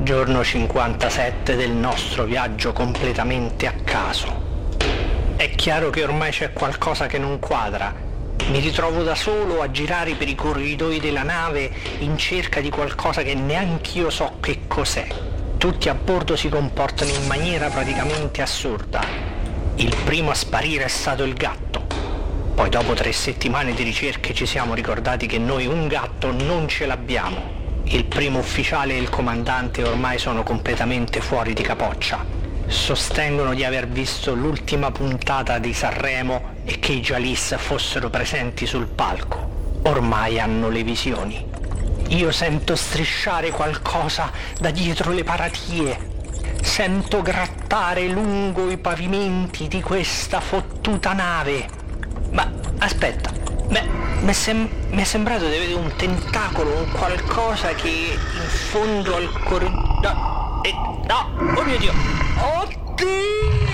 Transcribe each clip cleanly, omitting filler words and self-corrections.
Giorno 57 del nostro viaggio completamente a caso. È chiaro che ormai c'è qualcosa che non quadra. Mi ritrovo da solo a girare per i corridoi della nave in cerca di qualcosa che neanch'io so che cos'è. Tutti a bordo si comportano in maniera praticamente assurda. Il primo a sparire è stato il gatto. Poi dopo 3 settimane di ricerche ci siamo ricordati che noi un gatto non ce l'abbiamo. Il primo ufficiale e il comandante ormai sono completamente fuori di capoccia. Sostengono di aver visto l'ultima puntata di Sanremo e che i Jalis fossero presenti sul palco. Ormai hanno le visioni. Io sento strisciare qualcosa da dietro le paratie. Sento grattare lungo i pavimenti di questa fottuta nave. Ma aspetta, mi è sembrato di vedere un tentacolo, un qualcosa che in fondo al corridoio... No, oh mio Dio! Oddio!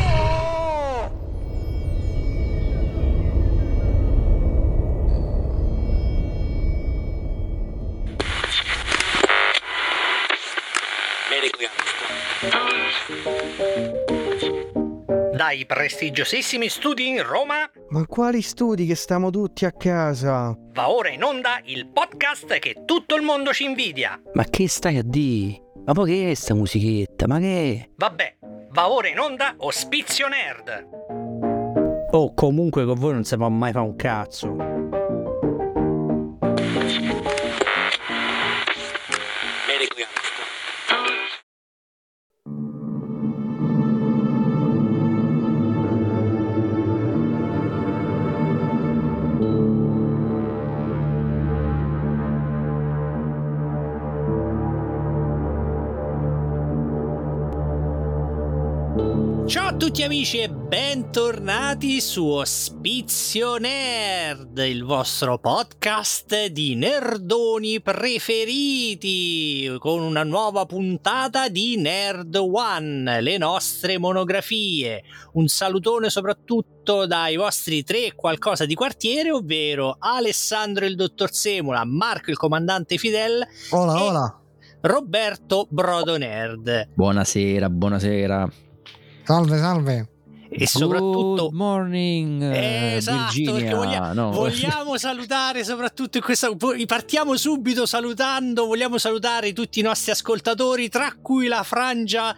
Dai prestigiosissimi studi in Roma. Ma quali studi, che stiamo tutti a casa? Va ora in onda il podcast che tutto il mondo ci invidia. Ma che stai a di? Ma poi che è sta musichetta? Ma che è? Vabbè, va ora in onda Ospizio Nerd. Oh, comunque con voi non si può mai fare un cazzo. Ciao a tutti amici e bentornati su Ospizio Nerd, il vostro podcast di nerdoni preferiti, con una nuova puntata di Nerd One, le nostre monografie. Un salutone soprattutto dai vostri 3 qualcosa di quartiere, ovvero Alessandro il dottor Semula, Marco il comandante Fidel Hola. Roberto Brodo Nerd. Buonasera. Salve. E soprattutto Good morning, esatto, Virginia. perché vogliamo salutare soprattutto in questa, partiamo subito salutando, vogliamo salutare tutti i nostri ascoltatori, tra cui la frangia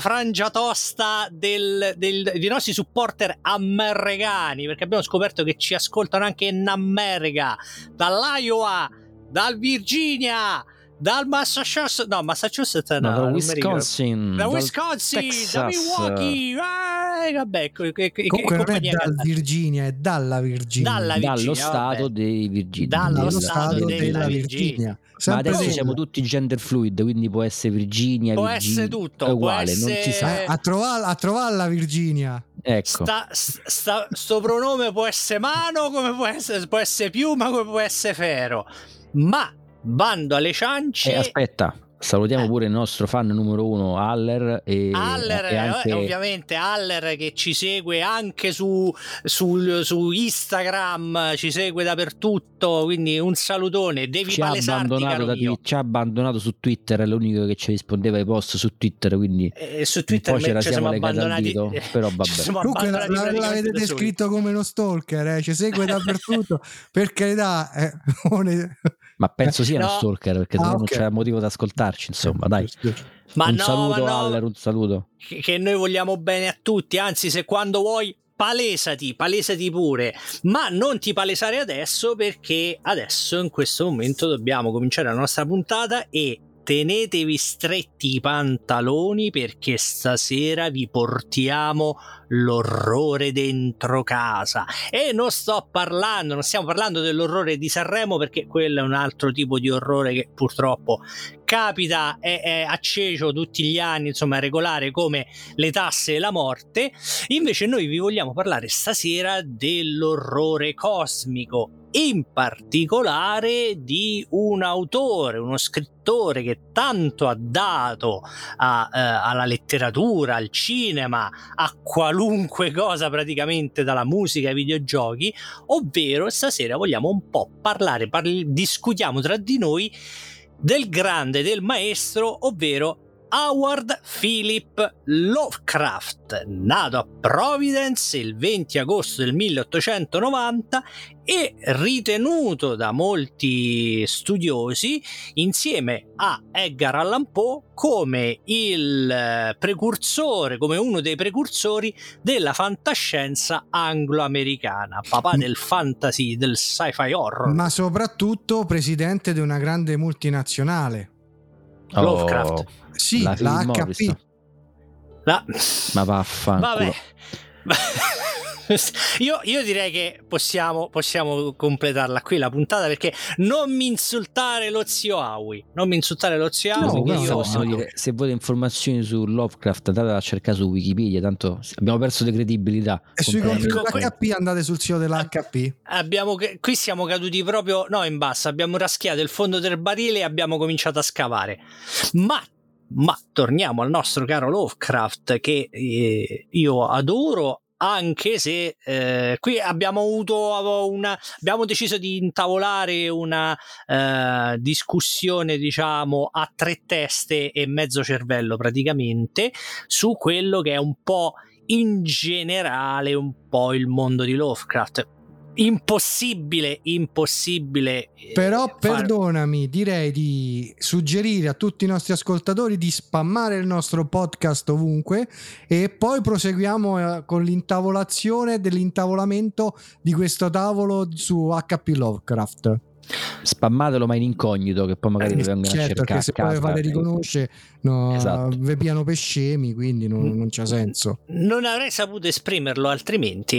tosta dei nostri supporter americani, perché abbiamo scoperto che ci ascoltano anche in America, dall'Iowa, dal Virginia, dal Massachusetts, no, da Wisconsin, da Milwaukee, vabbè, comunque non è dal Virginia, è dalla Virginia, dallo stato dei Virginia, dallo stato della Virginia. Ma adesso siamo tutti gender fluid, quindi può essere Virginia, può essere tutto, è uguale, può essere... non si sa. A trovare la Virginia. Ecco. Sto pronome può essere mano, come può essere piuma, come può essere fero, ma bando alle ciance. Aspetta, salutiamo pure il nostro fan numero 1 Haller e anche... ovviamente Haller, che ci segue anche su Instagram, ci segue dappertutto, quindi un salutone. Devi palesarti, caro mio. Ci ha abbandonato su Twitter, è l'unico che ci rispondeva ai post su Twitter, quindi su Twitter poi ce la siamo legati al dito, però vabbè. Comunque l'avete descritto come uno stalker, ci segue dappertutto, per carità, ma penso sia uno stalker, perché sennò non c'è motivo da ascoltarci, insomma, dai. Saluto Haller, un saluto. Che noi vogliamo bene a tutti, anzi, se quando vuoi palesati pure, ma non ti palesare adesso, perché adesso in questo momento dobbiamo cominciare la nostra puntata e tenetevi stretti i pantaloni, perché stasera vi portiamo l'orrore dentro casa. E non stiamo parlando dell'orrore di Sanremo, perché quello è un altro tipo di orrore che purtroppo capita, è acceso tutti gli anni, insomma è regolare come le tasse e la morte. Invece noi vi vogliamo parlare stasera dell'orrore cosmico, in particolare di un autore, uno scrittore che tanto ha dato alla letteratura, al cinema, a qualunque cosa praticamente, dalla musica ai videogiochi, ovvero stasera vogliamo un po' discutiamo tra di noi del grande, del maestro, ovvero Howard Philip Lovecraft, nato a Providence il 20 agosto del 1890 e ritenuto da molti studiosi, insieme a Edgar Allan Poe, come il precursore, come uno dei precursori della fantascienza anglo-americana, papà del fantasy, del sci-fi horror. Ma soprattutto presidente di una grande multinazionale. Lovecraft. Sì, la HP. Ma vaffanculo. Vabbè. Io direi che possiamo completarla qui la puntata, perché non mi insultare lo zio Howie. Non mi insultare lo zio Howie. Dire, se volete informazioni su Lovecraft andate a cercare su Wikipedia, tanto abbiamo perso di credibilità. E sui conti dell'HP andate sul sito dell'HP. Qui siamo caduti proprio in basso, abbiamo raschiato il fondo del barile e abbiamo cominciato a scavare. Ma torniamo al nostro caro Lovecraft, che io adoro, anche se qui abbiamo deciso di intavolare una discussione, diciamo, a 3 teste e mezzo cervello praticamente, su quello che è un po' in generale un po' il mondo di Lovecraft. Impossibile però perdonami, direi di suggerire a tutti i nostri ascoltatori di spammare il nostro podcast ovunque e poi proseguiamo con l'intavolazione dell'intavolamento di questo tavolo su HP Lovecraft. Spammatelo ma in incognito, che poi magari vi vengono a cercare, perché se poi fate riconoscere esatto. ve piano per scemi, quindi non c'ha senso. Non avrei saputo esprimerlo altrimenti.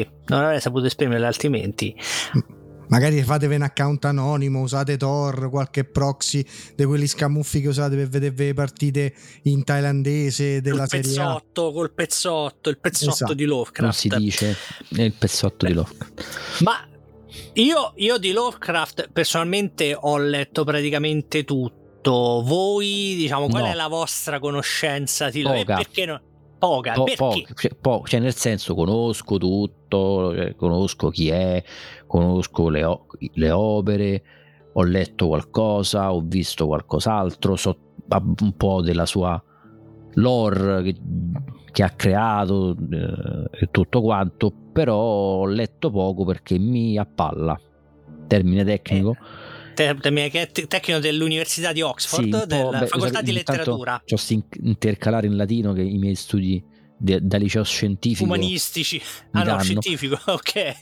Magari fatevi un account anonimo, usate Tor, qualche proxy di quelli scamuffi che usate per vedere le partite in thailandese della Serie A. Col pezzotto, il pezzotto esatto. Di Lovecraft. Non si dice, è il pezzotto di Lovecraft. Ma io di Lovecraft personalmente ho letto praticamente tutto. Voi, diciamo, qual è la vostra conoscenza di Lovecraft? Perché no? Poca, cioè nel senso, conosco tutto, conosco chi è, conosco le opere, ho letto qualcosa, ho visto qualcos'altro, so un po' della sua lore che ha creato e tutto quanto, però ho letto poco perché mi appalla, termine tecnico. Tecnico dell'Università di Oxford, sì, della facoltà di letteratura. C'ho intercalare in latino che i miei studi da liceo scientifico umanistici scientifico, ok.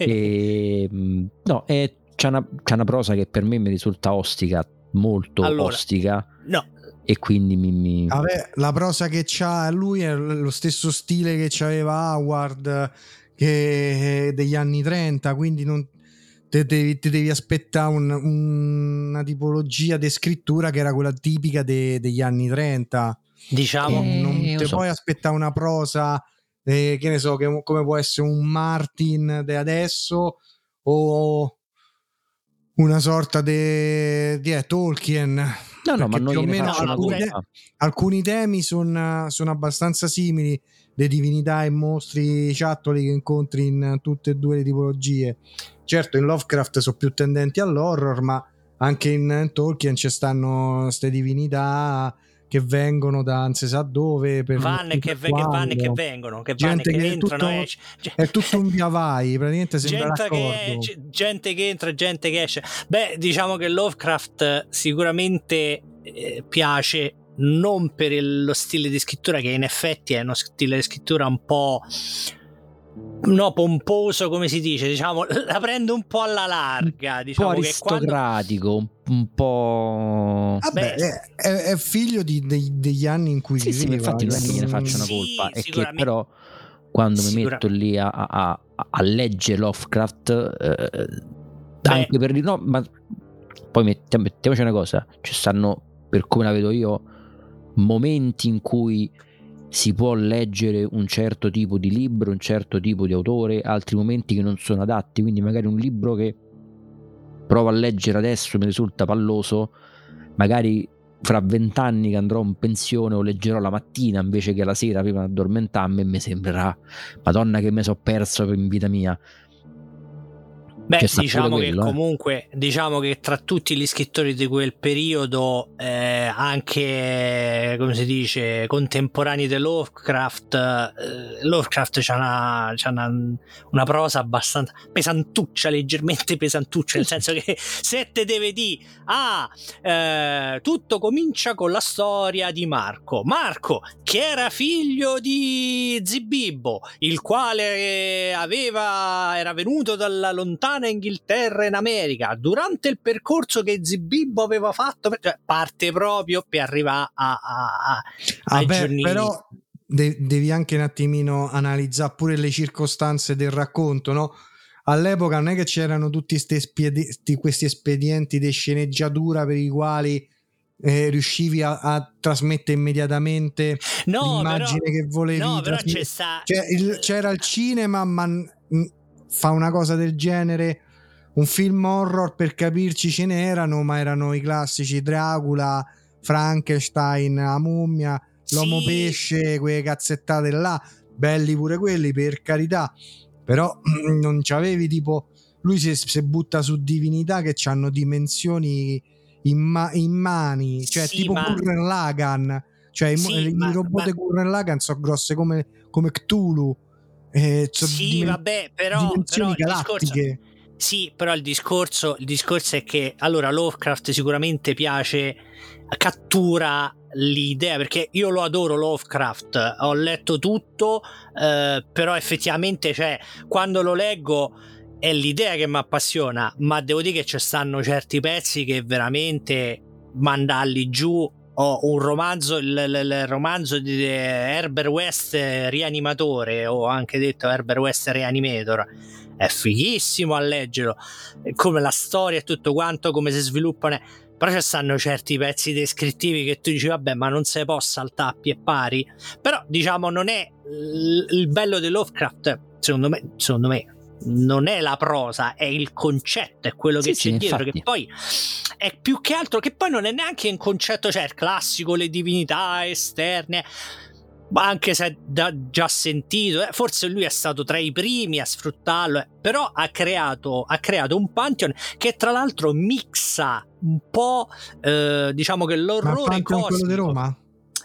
C'è una prosa che per me mi risulta ostica, molto ostica. No. E quindi Vabbè, la prosa che c'ha lui è lo stesso stile che c'aveva Howard che degli anni 30, quindi non ti devi aspettare una tipologia di scrittura che era quella tipica degli anni 30, diciamo. Non ti puoi aspettare una prosa che ne so, come può essere un Martin di adesso o una sorta di Tolkien. No, ma più o meno alcuni temi sono abbastanza simili, le divinità e mostri ciattoli che incontri in tutte e due le tipologie. Certo, in Lovecraft sono più tendenti all'horror, ma anche in Tolkien ci stanno queste divinità che vengono da non si sa dove, vanno che vengono, che entrano, è tutto un via vai, praticamente sembra gente che entra, gente che esce. Beh, diciamo che Lovecraft sicuramente piace non per lo stile di scrittura, che in effetti è uno stile di scrittura un po' pomposo, come si dice, diciamo, la prende un po' alla larga, diciamo, un po' aristocratico, un po'. Vabbè, è figlio degli anni in cui viveva. Sì, infatti non è che gliene faccio una colpa, è che però quando mi metto lì a leggere Lovecraft, anche per no, ma poi mettiamoci una cosa, ci stanno, per come la vedo io, momenti in cui si può leggere un certo tipo di libro, un certo tipo di autore, altri momenti che non sono adatti, quindi magari un libro che provo a leggere adesso mi risulta palloso, magari fra 20 anni che andrò in pensione o leggerò la mattina invece che la sera prima di addormentarmi e mi sembrerà, Madonna che mi sono perso in vita mia. Beh, diciamo che tra tutti gli scrittori di quel periodo, anche, come si dice, contemporanei di Lovecraft, Lovecraft c'ha una prosa abbastanza pesantuccia, leggermente pesantuccia, nel senso che se te deve dire tutto comincia con la storia di Marco, che era figlio di Zibibbo, il quale era venuto dalla lontana Inghilterra in America, durante il percorso che Zibibbo aveva fatto, cioè parte proprio per arrivare ai giorni. Però devi anche un attimino analizzare pure le circostanze del racconto, no? All'epoca non è che c'erano tutti questi espedienti di sceneggiatura per i quali riuscivi a trasmettere immediatamente l'immagine che volevi. No, però c'era il cinema, ma fa una cosa del genere, un film horror, per capirci, ce n'erano, ma erano i classici Dracula, Frankenstein, la mummia, l'uomo pesce, quelle cazzettate là, belli pure quelli, per carità, però non c'avevi tipo, lui si butta su divinità che hanno dimensioni immani, cioè tipo Gurren Lagann, cioè i robot di Gurren Lagann sono grosse come Cthulhu. Vabbè, però galattiche. Però il discorso è che allora Lovecraft sicuramente cattura l'idea, perché io lo adoro Lovecraft, ho letto tutto, però effettivamente, cioè, quando lo leggo è l'idea che mi appassiona, ma devo dire che ci stanno certi pezzi che veramente mandarli giù. Ho un romanzo, il romanzo di Herbert West Rianimatore, o anche detto Herbert West Reanimator, è fighissimo a leggerlo, come la storia e tutto quanto, come si sviluppano, però ci stanno certi pezzi descrittivi che tu dici vabbè, ma non se può saltare a pie pari. Però diciamo non è il bello di Lovecraft, secondo me non è la prosa, è il concetto, è quello che c'è dietro, infatti. Che poi è più che altro, che poi non è neanche un concetto, cioè il classico, le divinità esterne, anche se già sentito, forse lui è stato tra i primi a sfruttarlo, però ha creato un pantheon che tra l'altro mixa un po', diciamo che l'orrore cosmico. Quello di Roma?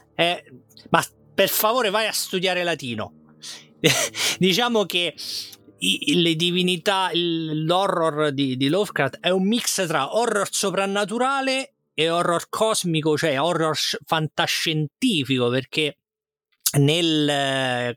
Ma per favore vai a studiare latino. Diciamo che le divinità, l'horror di Lovecraft è un mix tra horror soprannaturale e horror cosmico, cioè horror fantascientifico, perché nel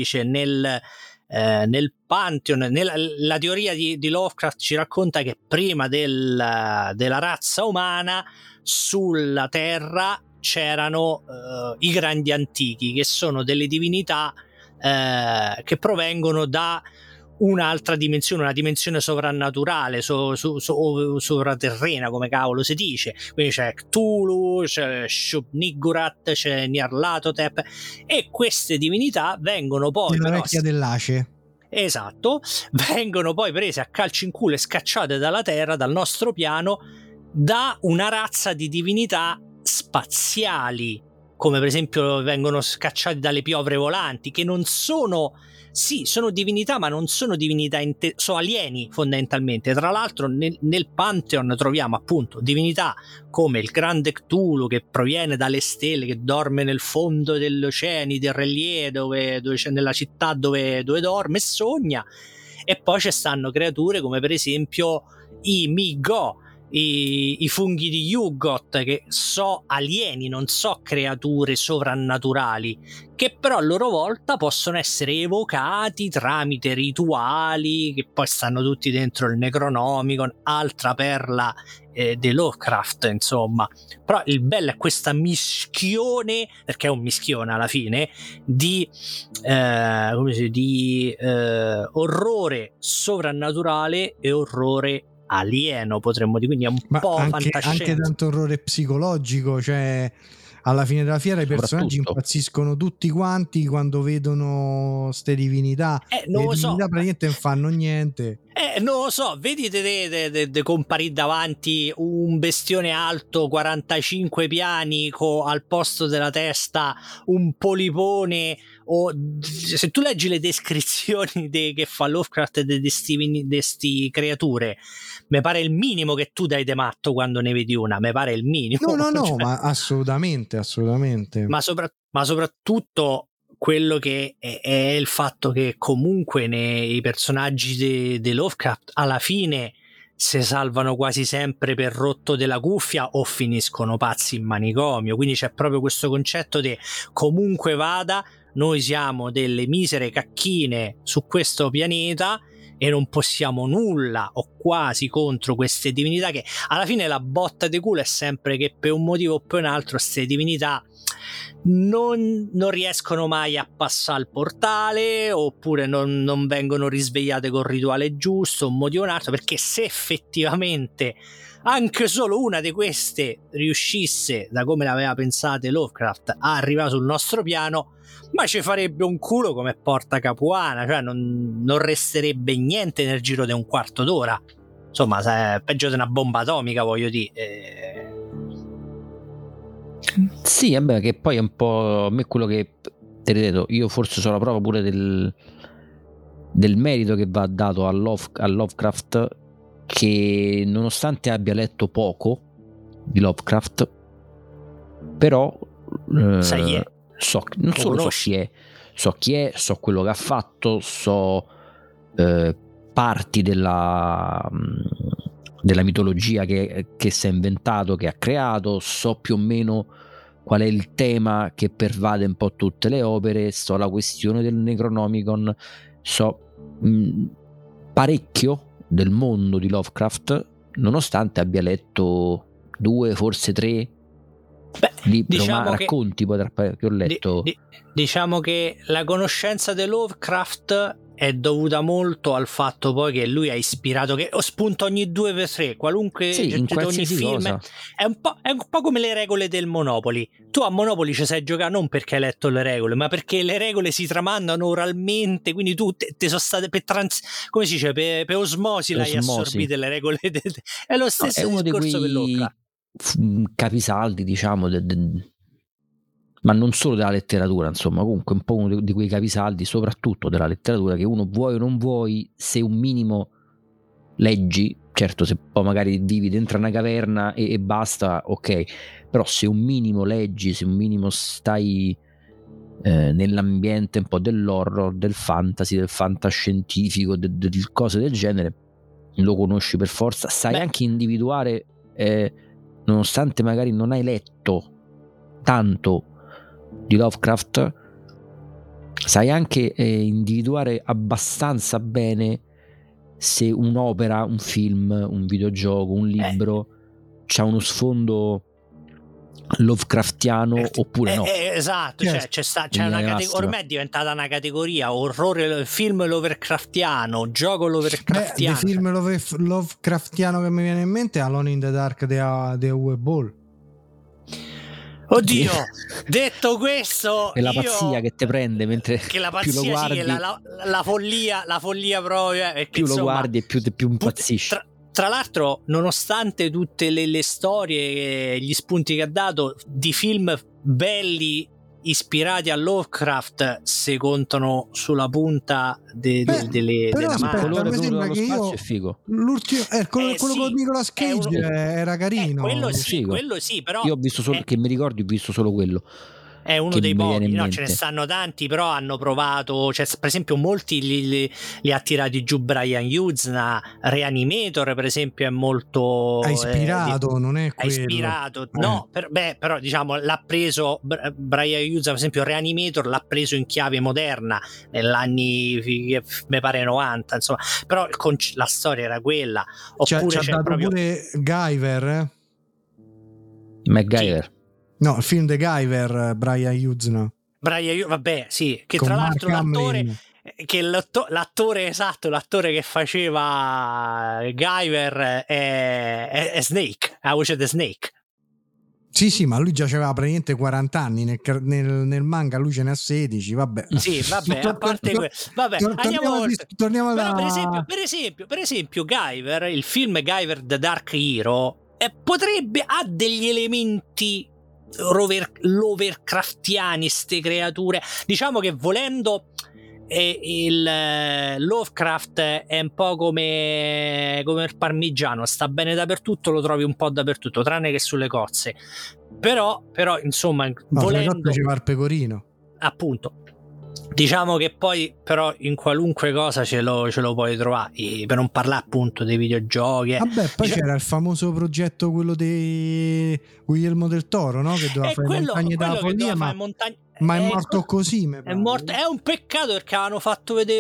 Pantheon, la teoria di Lovecraft ci racconta che prima della razza umana sulla Terra c'erano i grandi antichi, che sono delle divinità che provengono da un'altra dimensione, una dimensione sovrannaturale, sovraterrena, come cavolo si dice. Quindi c'è Cthulhu, c'è Shub-Niggurath, c'è Nyarlathotep, e queste divinità vengono poi la vecchia dell'Ace. Esatto, vengono poi prese a calci in culo e scacciate dalla Terra, dal nostro piano, da una razza di divinità spaziali, come per esempio vengono scacciati dalle piovre volanti, che non sono... Sì, sono divinità, ma non sono divinità, sono alieni fondamentalmente. Tra l'altro nel Pantheon troviamo appunto divinità come il grande Cthulhu, che proviene dalle stelle, che dorme nel fondo degli oceani, del Relie, dove c'è, nella città dove dorme e sogna. E poi ci stanno creature come per esempio i Mi-Go, i funghi di Yugoth, che so alieni, non so creature sovrannaturali, che però a loro volta possono essere evocati tramite rituali che poi stanno tutti dentro il Necronomicon, altra perla di Lovecraft, insomma. Però il bello è questa mischione, perché è un mischione alla fine, di orrore sovrannaturale e orrore alieno, potremmo dire, quindi è un po' fantascienza. Anche tanto orrore psicologico, cioè alla fine della fiera i personaggi impazziscono tutti quanti quando vedono ste divinità. Non le divinità praticamente non fanno niente. Non lo so, vedi de comparire davanti un bestione alto 45 piani al posto della testa un polipone, o se tu leggi le descrizioni che fa Lovecraft di queste creature, mi pare il minimo che tu dai de matto quando ne vedi una, mi pare il minimo. No, cioè, ma assolutamente. Ma soprattutto quello che è il fatto che comunque i personaggi di Lovecraft alla fine si salvano quasi sempre per rotto della cuffia o finiscono pazzi in manicomio, quindi c'è proprio questo concetto di comunque vada, noi siamo delle misere cacchine su questo pianeta e non possiamo nulla o quasi contro queste divinità, che alla fine la botta di culo è sempre che per un motivo o per un altro queste divinità non riescono mai a passare il portale, oppure non vengono risvegliate col rituale giusto, un motivo o un altro, perché se effettivamente anche solo una di queste riuscisse, da come l'aveva pensate Lovecraft, a arrivare sul nostro piano, ma ci farebbe un culo come porta capuana, cioè non resterebbe niente nel giro di un quarto d'ora. Insomma, è peggio di una bomba atomica, voglio dire. Sì, vabbè, che poi è un po' a me quello che ti ripeto, io forse sono la prova pure del merito che va dato a Lovecraft, che nonostante abbia letto poco di Lovecraft, però sai chi è? Non solo so chi è, so quello che ha fatto, so parti della mitologia che si è inventato, che ha creato, so più o meno qual è il tema che pervade un po' tutte le opere, so la questione del Necronomicon, so parecchio del mondo di Lovecraft, nonostante abbia letto 2, forse 3 libri, diciamo racconti che ho letto. Diciamo che la conoscenza di Lovecraft è dovuta molto al fatto poi che lui ha ispirato, che ho spunto ogni 2 per 3 qualunque in ogni film cosa. È un po' come le regole del Monopoly. Tu a Monopoly ci sai giocare non perché hai letto le regole, ma perché le regole si tramandano oralmente, quindi tu te sono state come si dice, per osmosi l'hai assorbite le regole è lo stesso discorso per Lovecraft. Capisaldi, diciamo, ma non solo della letteratura, insomma, comunque un po' uno di quei capisaldi, soprattutto della letteratura, che uno vuoi o non vuoi, se un minimo leggi, certo, se poi magari vivi dentro una caverna e basta, ok, però se un minimo leggi, se un minimo stai nell'ambiente un po' dell'horror, del fantasy, del fantascientifico, del cose del genere, lo conosci per forza, sai anche individuare, nonostante magari non hai letto tanto di Lovecraft, sai anche individuare abbastanza bene se un'opera, un film, un videogioco, un libro c'ha uno sfondo Lovecraftiano oppure no. Esatto, c'è una categoria, ormai è diventata una categoria: orrore, film Lovecraftiano, gioco Lovecraftiano. Il film Lovecraftiano che mi viene in mente è Alone in the Dark di Uwe Boll. Oddio, detto questo, è la pazzia che ti prende mentre che la più lo guardi, che la follia proprio, più lo guardi e più impazzisci. Tra l'altro, nonostante tutte le storie e gli spunti che ha dato di film belli ispirati a Lovecraft, si contano sulla punta della mano. Mi sembra che io l'ultimo quello con Nicolas Cage era carino. Quello sì, però io ho visto solo che mi ricordi, ho visto solo quello. È uno dei pochi, no, ce ne stanno tanti, però hanno provato, cioè, per esempio molti li ha tirati giù Brian Yuzna. Reanimator per esempio è molto ispirato, non è quello. Ispirato, no, però diciamo l'ha preso Brian Yuzna, per esempio Reanimator l'ha preso in chiave moderna nell'anni mi pare 90, insomma, però la storia era quella. Oppure c'ha dato proprio pure Guyver, MacGyver. Sì. No, il film The Guyver, Brian Yuzna. Vabbè, sì, che con tra Mark l'altro l'attore esatto, l'attore che faceva Guyver è Snake, la voce di Snake. Sì, ma lui già aveva praticamente 40 anni nel manga, lui ce ne ha 16, vabbè. Sì, vabbè, a parte torniamo però per esempio Guyver, il film Guyver The Dark Hero ha degli elementi Lovecraftiani, ste creature. Diciamo che volendo il Lovecraft è un po' come il parmigiano, sta bene dappertutto, lo trovi un po' dappertutto, tranne che sulle cozze. Però insomma, volendo ci va il pecorino. Appunto. Diciamo che poi però in qualunque cosa ce lo puoi trovare, per non parlare appunto dei videogiochi. Vabbè, poi c'era il famoso progetto, quello di Guillermo del Toro, no? Che doveva fare montagne della follia, ma è morto così. È morto. È un peccato, perché hanno fatto vedere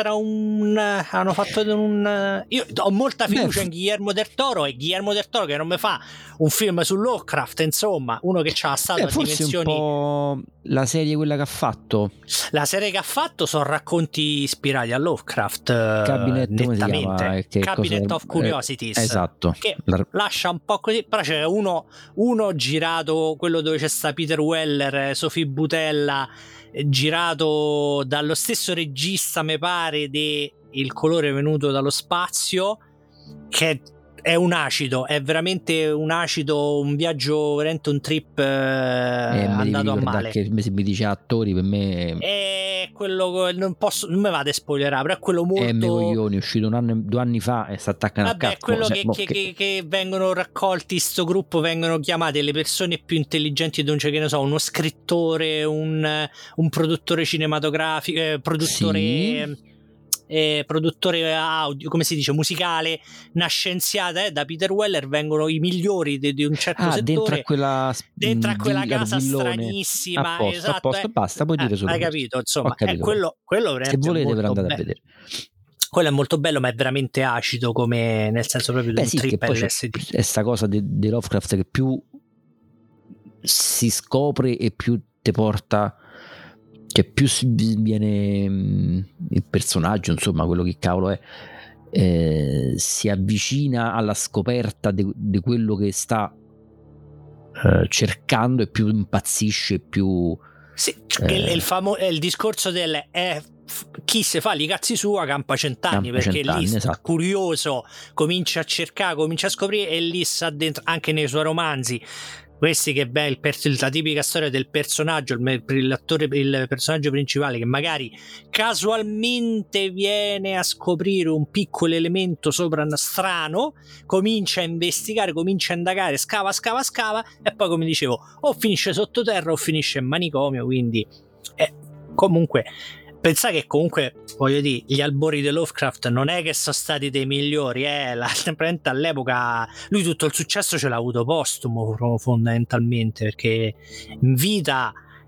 io ho molta fiducia in Guillermo del Toro, e Guillermo del Toro che non mi fa un film su Lovecraft, insomma, uno che c'ha stato a dimensioni. Un po' la serie quella che ha fatto. La serie che ha fatto sono racconti ispirati a Lovecraft, nettamente. Cabinet of Curiosities, esatto. Che lascia un po' così, però c'è uno girato, quello dove c'è sta Peter Weller, Sophie Butella, girato dallo stesso regista, mi pare, di Il colore venuto dallo spazio, che è un acido, è veramente un acido, un viaggio, veramente un trip andato a male. Che se mi dice attori, per me è quello, non mi vado a spoilerare, però è quello molto coglioni, è uscito 2 anni fa e si attaccano a cazzo. Quello che vengono raccolti, sto gruppo, vengono chiamate le persone più intelligenti di che ne so, uno scrittore, un produttore cinematografico, produttore audio, come si dice, musicale, una scienziata, da Peter Weller, vengono i migliori di un certo settore dentro a quella casa stranissima. A posto, basta, puoi dire solo hai capito, insomma, quello se volete per andare a vedere. Quello è molto bello, ma è veramente acido, come nel senso proprio di un trip LSD. È sta cosa di Lovecraft che più si scopre e più te porta, che più viene il personaggio, insomma, quello che cavolo è, si avvicina alla scoperta di quello che sta cercando, e più impazzisce, più il discorso del chi se fa li cazzi sua campa 100 anni, perché lì sta curioso, comincia a cercare, comincia a scoprire, e lì sta dentro, anche nei suoi romanzi. Questi che la tipica storia del personaggio, il personaggio principale che magari casualmente viene a scoprire un piccolo elemento strano, comincia a investigare, comincia a indagare, scava, e poi, come dicevo, o finisce sottoterra o finisce in manicomio. Quindi comunque pensate che comunque, voglio dire, gli albori di Lovecraft non è che sono stati dei migliori, all'epoca lui tutto il successo ce l'ha avuto postumo, fondamentalmente, perché in vita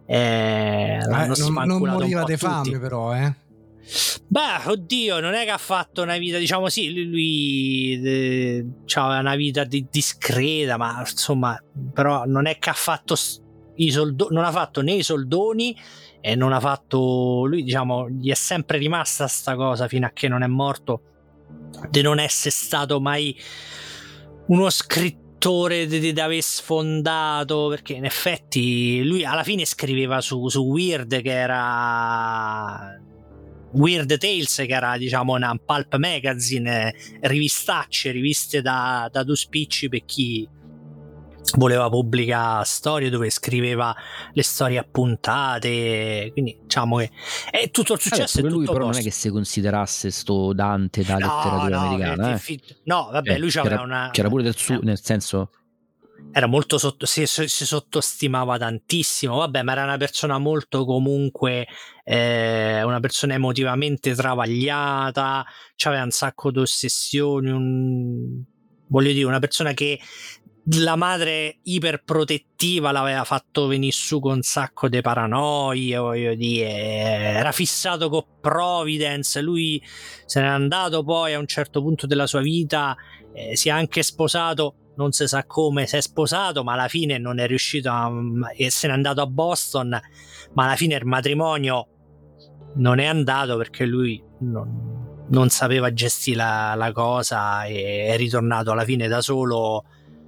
non moriva di fame, però Beh, oddio, non è che ha fatto una vita, diciamo, sì, lui aveva una vita discreta, ma insomma, però non è che ha fatto non ha fatto né i soldoni, e non ha fatto, lui, diciamo, gli è sempre rimasta sta cosa fino a che non è morto, di non essere stato mai uno scrittore di aver sfondato, perché in effetti lui alla fine scriveva su Weird, che era Weird Tales, che era, diciamo, una pulp magazine, riviste da due spicci per chi voleva pubblicare storie, dove scriveva le storie appuntate, quindi diciamo che è tutto il successo. Lui però non è che si considerasse sto Dante da letteratura americana, no, vabbè, lui c'era pure del suo, nel senso era molto si sottostimava tantissimo, vabbè, ma era una persona molto, comunque una persona emotivamente travagliata, c'aveva un sacco di ossessioni, voglio dire, una persona che la madre iperprotettiva l'aveva fatto venire su con un sacco di paranoie, voglio dire, era fissato con Providence. Lui se n'è andato poi a un certo punto della sua vita, si è anche sposato, non si sa come si è sposato, ma alla fine non è riuscito e se n'è andato a Boston, ma alla fine il matrimonio non è andato perché lui non sapeva gestire la cosa, e è ritornato alla fine da solo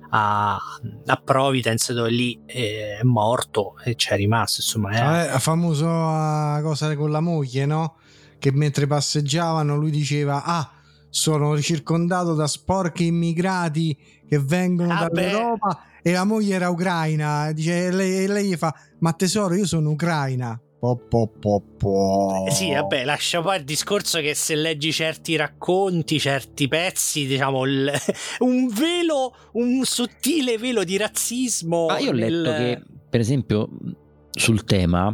a Providence, dove lì è morto e c'è rimasto, insomma. La famosa cosa con la moglie, no? Che mentre passeggiavano lui diceva: sono circondato da sporchi immigrati che vengono dall'Europa, e la moglie era ucraina, dice, e lei gli fa: ma tesoro, io sono ucraina. Sì, vabbè, lascia poi il discorso che se leggi certi racconti, certi pezzi, diciamo un sottile velo di razzismo. Ma io ho letto che, per esempio, sul tema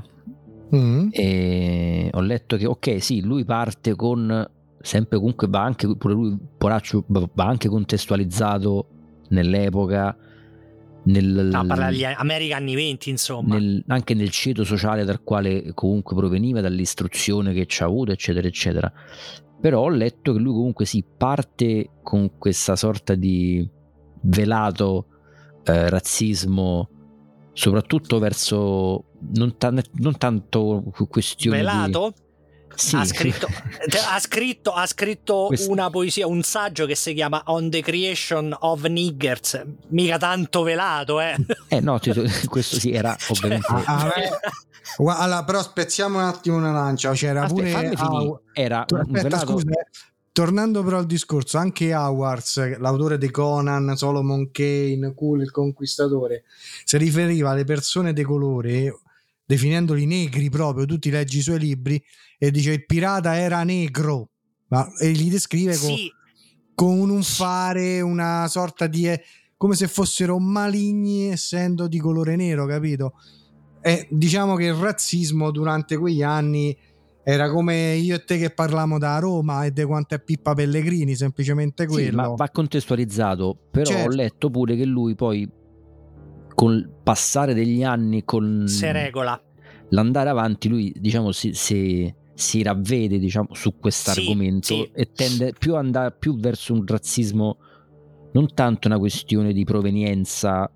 ho letto che ok, sì, lui parte con, sempre comunque va anche pure lui, poraccio, va anche contestualizzato nell'epoca, parla degli America anni 20, insomma, anche nel ceto sociale dal quale comunque proveniva, dall'istruzione che ci ha avuto, eccetera eccetera. Però ho letto che lui comunque si parte con questa sorta di velato razzismo, soprattutto verso non tanto questioni velato di... Sì. Ha scritto una poesia, un saggio che si chiama On the Creation of Niggers, mica tanto velato, no, questo sì, era ovviamente allora, però spezziamo un attimo una lancia, c'era pure era un velato. Scusa, tornando però al discorso, anche Howards, l'autore di Conan, Solomon Kane, Cool il Conquistatore, si riferiva alle persone di colore definendoli negri proprio. Tu ti leggi i suoi libri e dice il pirata era negro, e li descrive con un fare, una sorta di come se fossero maligni essendo di colore nero, capito? E diciamo che il razzismo durante quegli anni era come io e te che parliamo da Roma e di quanto è Pippa Pellegrini, semplicemente quello. Sì, ma va contestualizzato. Però certo, ho letto pure che lui poi, col passare degli anni, con se regola, l'andare avanti, lui diciamo si ravvede, diciamo, su quest'argomento, e tende più ad andare più verso un razzismo, non tanto una questione di provenienza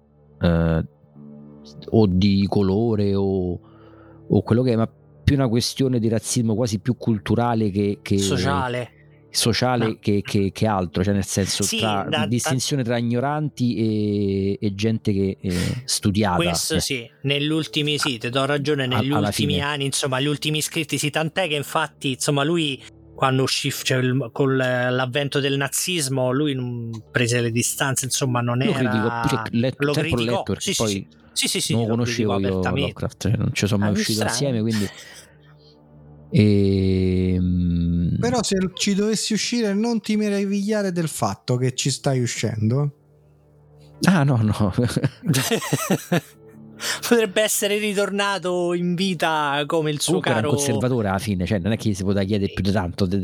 o di colore o quello che è, ma più una questione di razzismo quasi più culturale che sociale, no, che altro, cioè nel senso distinzione tra ignoranti e gente che studiata. Questo sì, negli ultimi ti do ragione, negli ultimi anni, insomma, gli ultimi iscritti, sì, tant'è che infatti, insomma, lui quando uscì, cioè, con l'avvento del nazismo, lui non prese le distanze, insomma, non lo era lo criticò, perché poi non lo conoscevo io Lovecraft, cioè, non ci sono mai uscito insieme, quindi però se ci dovessi uscire non ti meravigliare del fatto che ci stai uscendo. No potrebbe essere ritornato in vita come il suo caro. Era un conservatore alla fine, cioè non è che si poteva chiedere più di tanto non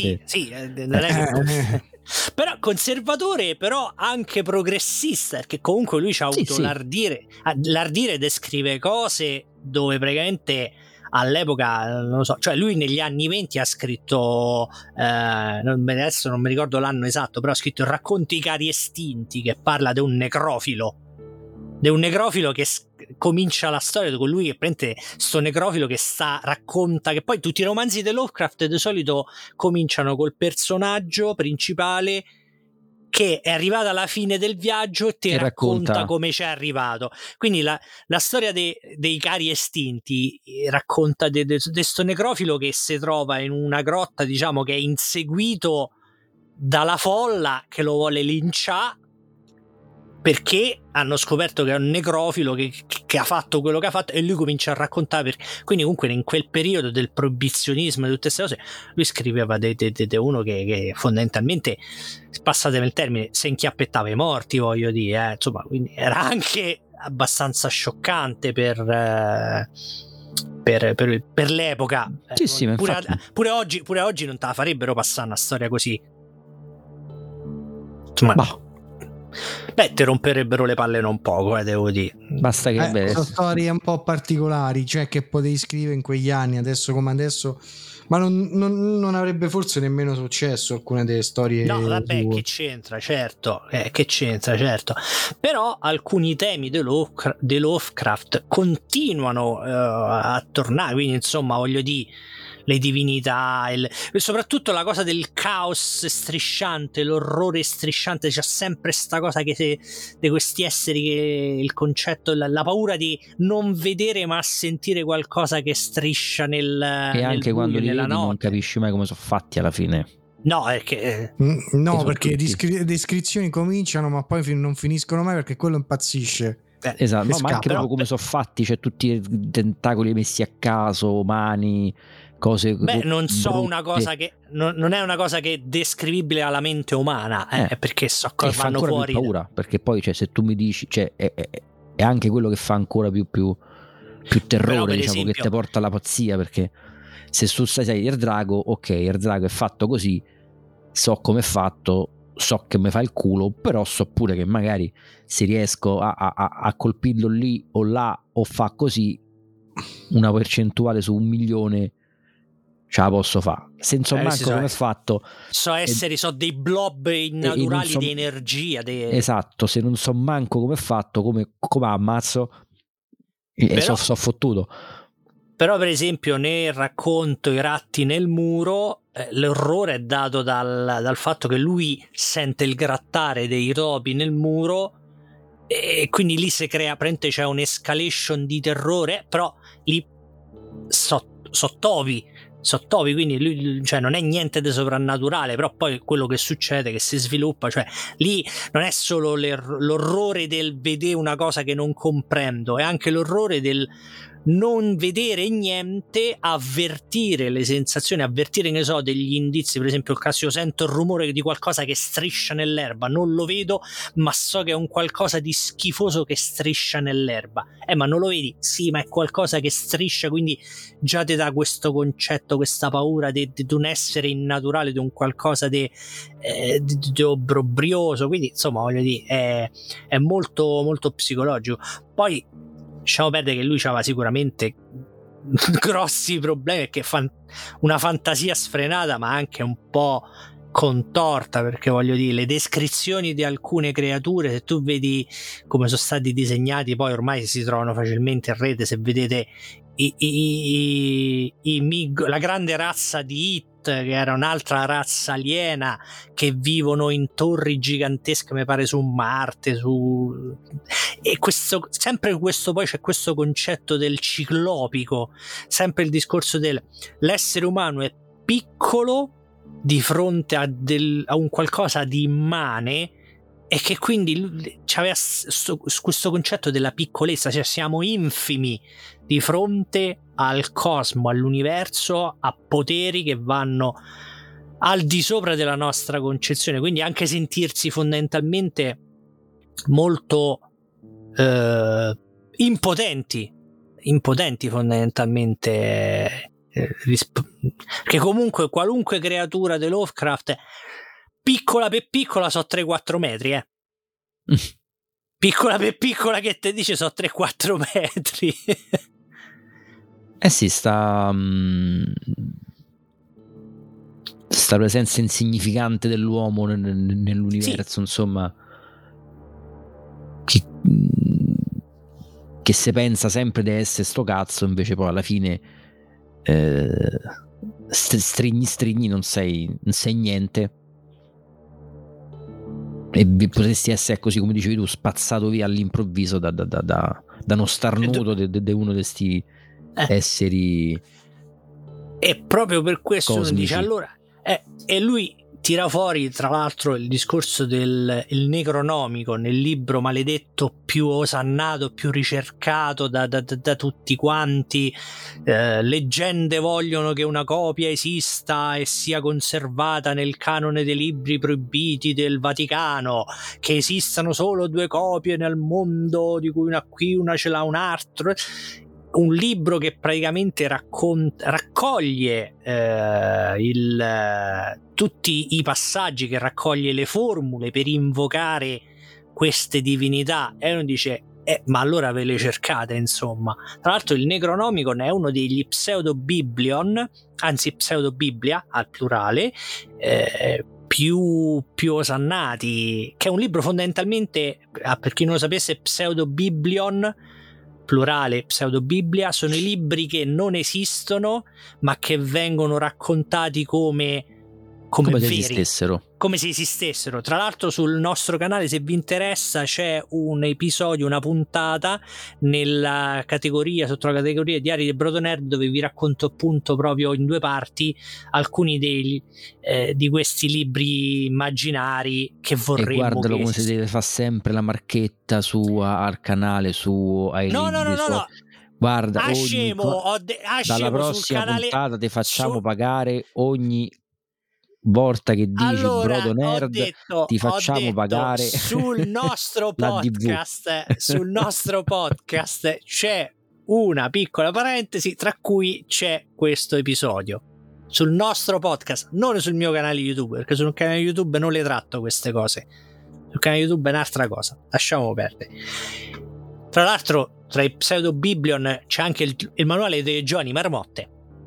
è che però conservatore, però anche progressista, perché comunque lui ci ha avuto l'ardire descrive cose dove praticamente all'epoca, non lo so, cioè lui negli anni 20 ha scritto adesso non mi ricordo l'anno esatto, però ha scritto il racconto I cari estinti, che parla di un necrofilo che comincia la storia con lui, che prende sto necrofilo che racconta, che poi tutti i romanzi di Lovecraft di solito cominciano col personaggio principale che è arrivato alla fine del viaggio e ti racconta come c'è arrivato. Quindi la storia dei cari estinti racconta di sto necrofilo che si trova in una grotta, diciamo, che è inseguito dalla folla che lo vuole linciare, perché hanno scoperto che è un necrofilo che ha fatto quello che ha fatto, e lui comincia a raccontare. Quindi comunque in quel periodo del proibizionismo e tutte queste cose, lui scriveva di uno che fondamentalmente, passatemi il termine, se inchiappettava i morti, voglio dire, insomma, quindi era anche abbastanza scioccante per l'epoca. Sì, pure oggi non te la farebbero passare una storia così, insomma. Ti romperebbero le palle non poco, devo dire. Basta che sono storie un po' particolari, cioè che potevi scrivere in quegli anni, adesso come adesso, ma non avrebbe forse nemmeno successo alcune delle storie. No, vabbè, che c'entra, certo, però alcuni temi di Lovecraft continuano a tornare, quindi insomma, voglio dire, le divinità, soprattutto la cosa del caos strisciante, l'orrore strisciante. C'è sempre sta cosa che di questi esseri, che il concetto, la paura di non vedere ma sentire qualcosa che striscia nel anche buio, quando li nella vedi notte. non capisci mai come sono fatti alla fine. No, perché perché le descrizioni cominciano ma poi non finiscono mai, perché quello impazzisce. Esatto, no, ma anche proprio come sono fatti, cioè tutti i tentacoli messi a caso, mani, cose. Non so, una cosa che non è una cosa che è descrivibile alla mente umana, perché so cosa vanno fa fuori. Più paura, perché poi, cioè, se tu mi dici, cioè, è anche quello che fa ancora più terrore, diciamo, esempio, che ti porta alla pazzia, perché se tu sai il drago, ok, il drago è fatto così, so come è fatto, so che mi fa il culo, però so pure che magari se riesco a colpirlo lì o là, o fa così, una percentuale su 1 milione ce la posso fare, senza manco come è fatto. So dei blob innaturali di energia. Esatto, se non so manco come è fatto, come ammazzo, e so fottuto. Però per esempio nel racconto I ratti nel muro, l'orrore è dato dal fatto che lui sente il grattare dei topi nel muro, e quindi lì si crea, praticamente c'è un'escalation di terrore, però lì so topi, quindi lui, cioè, non è niente di soprannaturale, però poi quello che succede, che si sviluppa, cioè lì non è solo l'orrore del vedere una cosa che non comprendo, è anche l'orrore del non vedere niente, avvertire le sensazioni, avvertire, ne so, degli indizi. Per esempio, il caso, io sento il rumore di qualcosa che striscia nell'erba, non lo vedo, ma so che è un qualcosa di schifoso che striscia nell'erba. Ma non lo vedi? Sì, ma è qualcosa che striscia, quindi già ti dà questo concetto, questa paura di un essere innaturale, di un qualcosa di obbrobrioso. Quindi, insomma, voglio dire, è molto, molto psicologico. Poi lasciamo perdere che lui aveva sicuramente grossi problemi, perché una fantasia sfrenata, ma anche un po' contorta, perché voglio dire, le descrizioni di alcune creature, se tu vedi come sono stati disegnati, poi ormai si trovano facilmente in rete, se vedete la grande razza di It, che era un'altra razza aliena, che vivono in torri gigantesche, mi pare su Marte, e sempre questo, poi c'è questo concetto del ciclopico, sempre il discorso dell'essere umano è piccolo di fronte a un qualcosa di immane, e che quindi c'aveva questo concetto della piccolezza, cioè siamo infimi di fronte al cosmo, all'universo, a poteri che vanno al di sopra della nostra concezione, quindi anche sentirsi fondamentalmente molto impotenti fondamentalmente, che comunque qualunque creatura di Lovecraft, piccola per piccola, so 3-4 metri, piccola per piccola, che te dice so 3-4 metri. Sì, sta presenza insignificante dell'uomo nell'universo, sì. Insomma, che se pensa sempre di essere sto cazzo, invece poi alla fine stringi non sei niente, e potresti essere, così come dicevi tu, spazzato via all'improvviso da uno starnuto di uno di questi esseri, e proprio per questo cosmici. Uno dice allora, e lui tira fuori, tra l'altro, il discorso del Necronomicon, nel libro maledetto più osannato, più ricercato da tutti quanti. Leggende vogliono che una copia esista e sia conservata nel canone dei libri proibiti del Vaticano, che esistano solo 2 copie nel mondo, di cui una qui, una ce l'ha un altro. Un libro che praticamente raccoglie tutti i passaggi, che raccoglie le formule per invocare queste divinità, e uno dice ma allora ve le cercate, insomma. Tra l'altro il Necronomicon è uno degli pseudo-biblion, anzi pseudo-biblia al plurale, più osannati, che è un libro fondamentalmente, per chi non lo sapesse, pseudo-biblion plurale pseudobiblia, sono i libri che non esistono ma che vengono raccontati come veri, come se esistessero. Tra l'altro sul nostro canale, se vi interessa, c'è un episodio, una puntata nella categoria, sotto la categoria Diari del Brodo Nerd, dove vi racconto appunto proprio in 2 parti alcuni di questi libri immaginari che vorremmo. E guardalo come si deve fa sempre la marchetta al canale, no. Guarda, scemo, dalla prossima puntata ti facciamo pagare ogni volta che dici Brodo Nerd, ti facciamo pagare sul nostro podcast. Sul nostro podcast c'è una piccola parentesi, tra cui c'è questo episodio sul nostro podcast, non sul mio canale YouTube, perché sul canale YouTube non le tratto queste cose. Sul canale YouTube è un'altra cosa, lasciamo perdere. Tra l'altro, tra i pseudobiblion c'è anche il manuale delle giovani marmotte,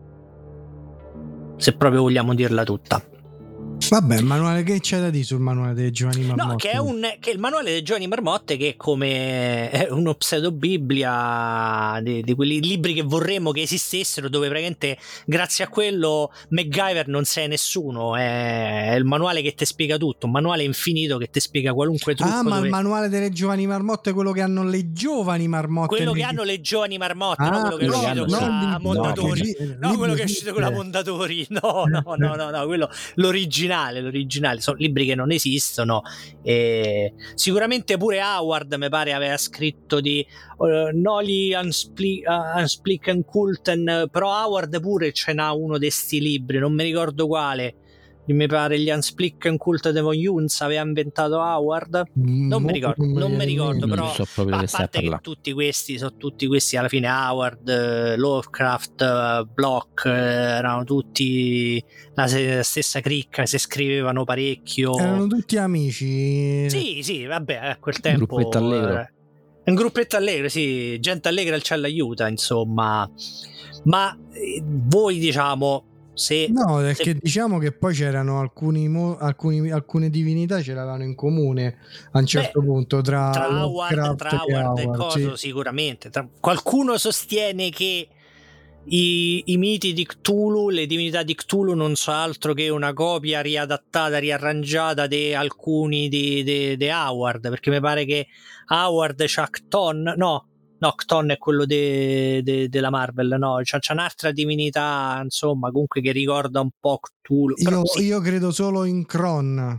se proprio vogliamo dirla tutta. Vabbè, il manuale, che c'è da dire sul manuale delle giovani marmotte? No, che è il manuale delle giovani marmotte, che è come è uno pseudobiblia di quei libri che vorremmo che esistessero, dove praticamente grazie a quello MacGyver non sei nessuno. È il manuale che ti spiega tutto, un manuale infinito che ti spiega qualunque trucco. Ma il manuale delle giovani marmotte è quello che hanno le giovani marmotte. Quello che hanno le giovani marmotte, non quello che è uscito con la Mondadori. No, quello che è uscito con la Mondadori. No, quello l'originale. Sono libri che non esistono. Sicuramente pure Howard, mi pare, aveva scritto di Noli Unsplik and Kulten, però Howard pure ce n'ha uno di sti libri, non mi ricordo quale. Mi pare gli Unsplik and Kulten von Junz aveva inventato Howard, non mi ricordo, però a parte che tutti questi alla fine, Howard, Lovecraft, Bloch, erano tutti la stessa cricca, si scrivevano parecchio, erano tutti amici. Sì, vabbè, a quel tempo un gruppetto allegro, sì, gente allegra il cielo aiuta, insomma. Ma voi, diciamo, che diciamo che poi c'erano alcune divinità ce l'avevano in comune a un certo punto tra Howard e coso, sì. Sicuramente qualcuno sostiene che i miti di Cthulhu, le divinità di Cthulhu, non so altro che una copia riadattata, riarrangiata di alcuni di Howard, perché mi pare che Howard c'ha Cthon, no, Cthon è quello della Marvel, no, c'è un'altra divinità, insomma, comunque che ricorda un po' Cthulhu. Io credo solo in Crom,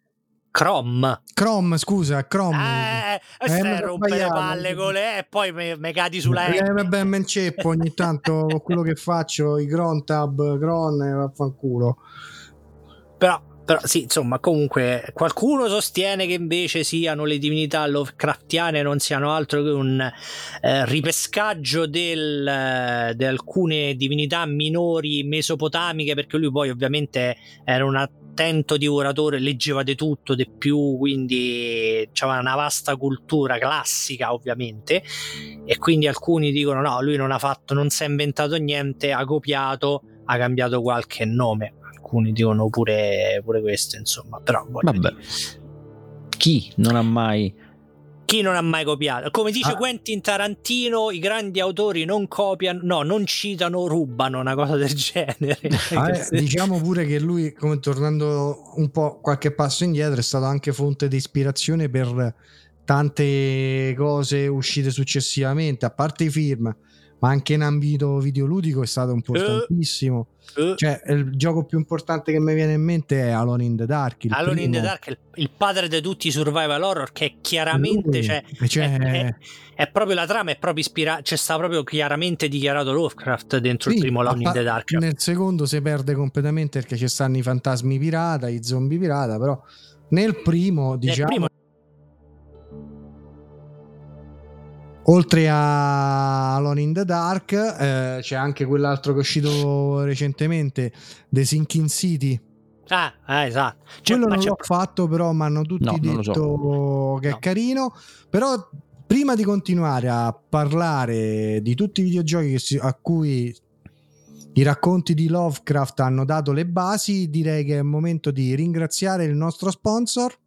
scusa, stai rompere le palle con le e poi me cadi sulla vabbè, me inceppo ogni tanto quello che faccio, i Cron vaffanculo. Però sì, insomma, comunque qualcuno sostiene che invece siano le divinità Lovecraftiane, non siano altro che un ripescaggio di alcune divinità minori mesopotamiche, perché lui poi ovviamente era un attento divoratore, leggeva di tutto, di più, quindi c'aveva una vasta cultura classica ovviamente, e quindi alcuni dicono no, lui non si è inventato niente, ha copiato, ha cambiato qualche nome. Alcuni dicono pure questo, insomma, però vabbè. Chi non ha mai copiato? Come dice Quentin Tarantino, i grandi autori non copiano, non citano, rubano, una cosa del genere. Diciamo pure che lui, come tornando un po' qualche passo indietro, è stato anche fonte di ispirazione per tante cose uscite successivamente, a parte i film, ma anche in ambito videoludico è stato importantissimo. Cioè, il gioco più importante che mi viene in mente è Alone in the Dark. Il padre di tutti i survival horror, che è chiaramente è proprio la trama, è proprio ispirata, cioè sta proprio chiaramente dichiarato Lovecraft dentro il primo Alone in the Dark. Nel secondo si perde completamente perché ci stanno i fantasmi pirata, i zombie pirata, però nel primo, diciamo, oltre a Alone in the Dark, c'è anche quell'altro che è uscito recentemente, The Sinking City. Esatto. Quello non l'ho fatto, però mi hanno tutti detto che è carino. Però prima di continuare a parlare di tutti i videogiochi a cui i racconti di Lovecraft hanno dato le basi, direi che è il momento di ringraziare il nostro sponsor.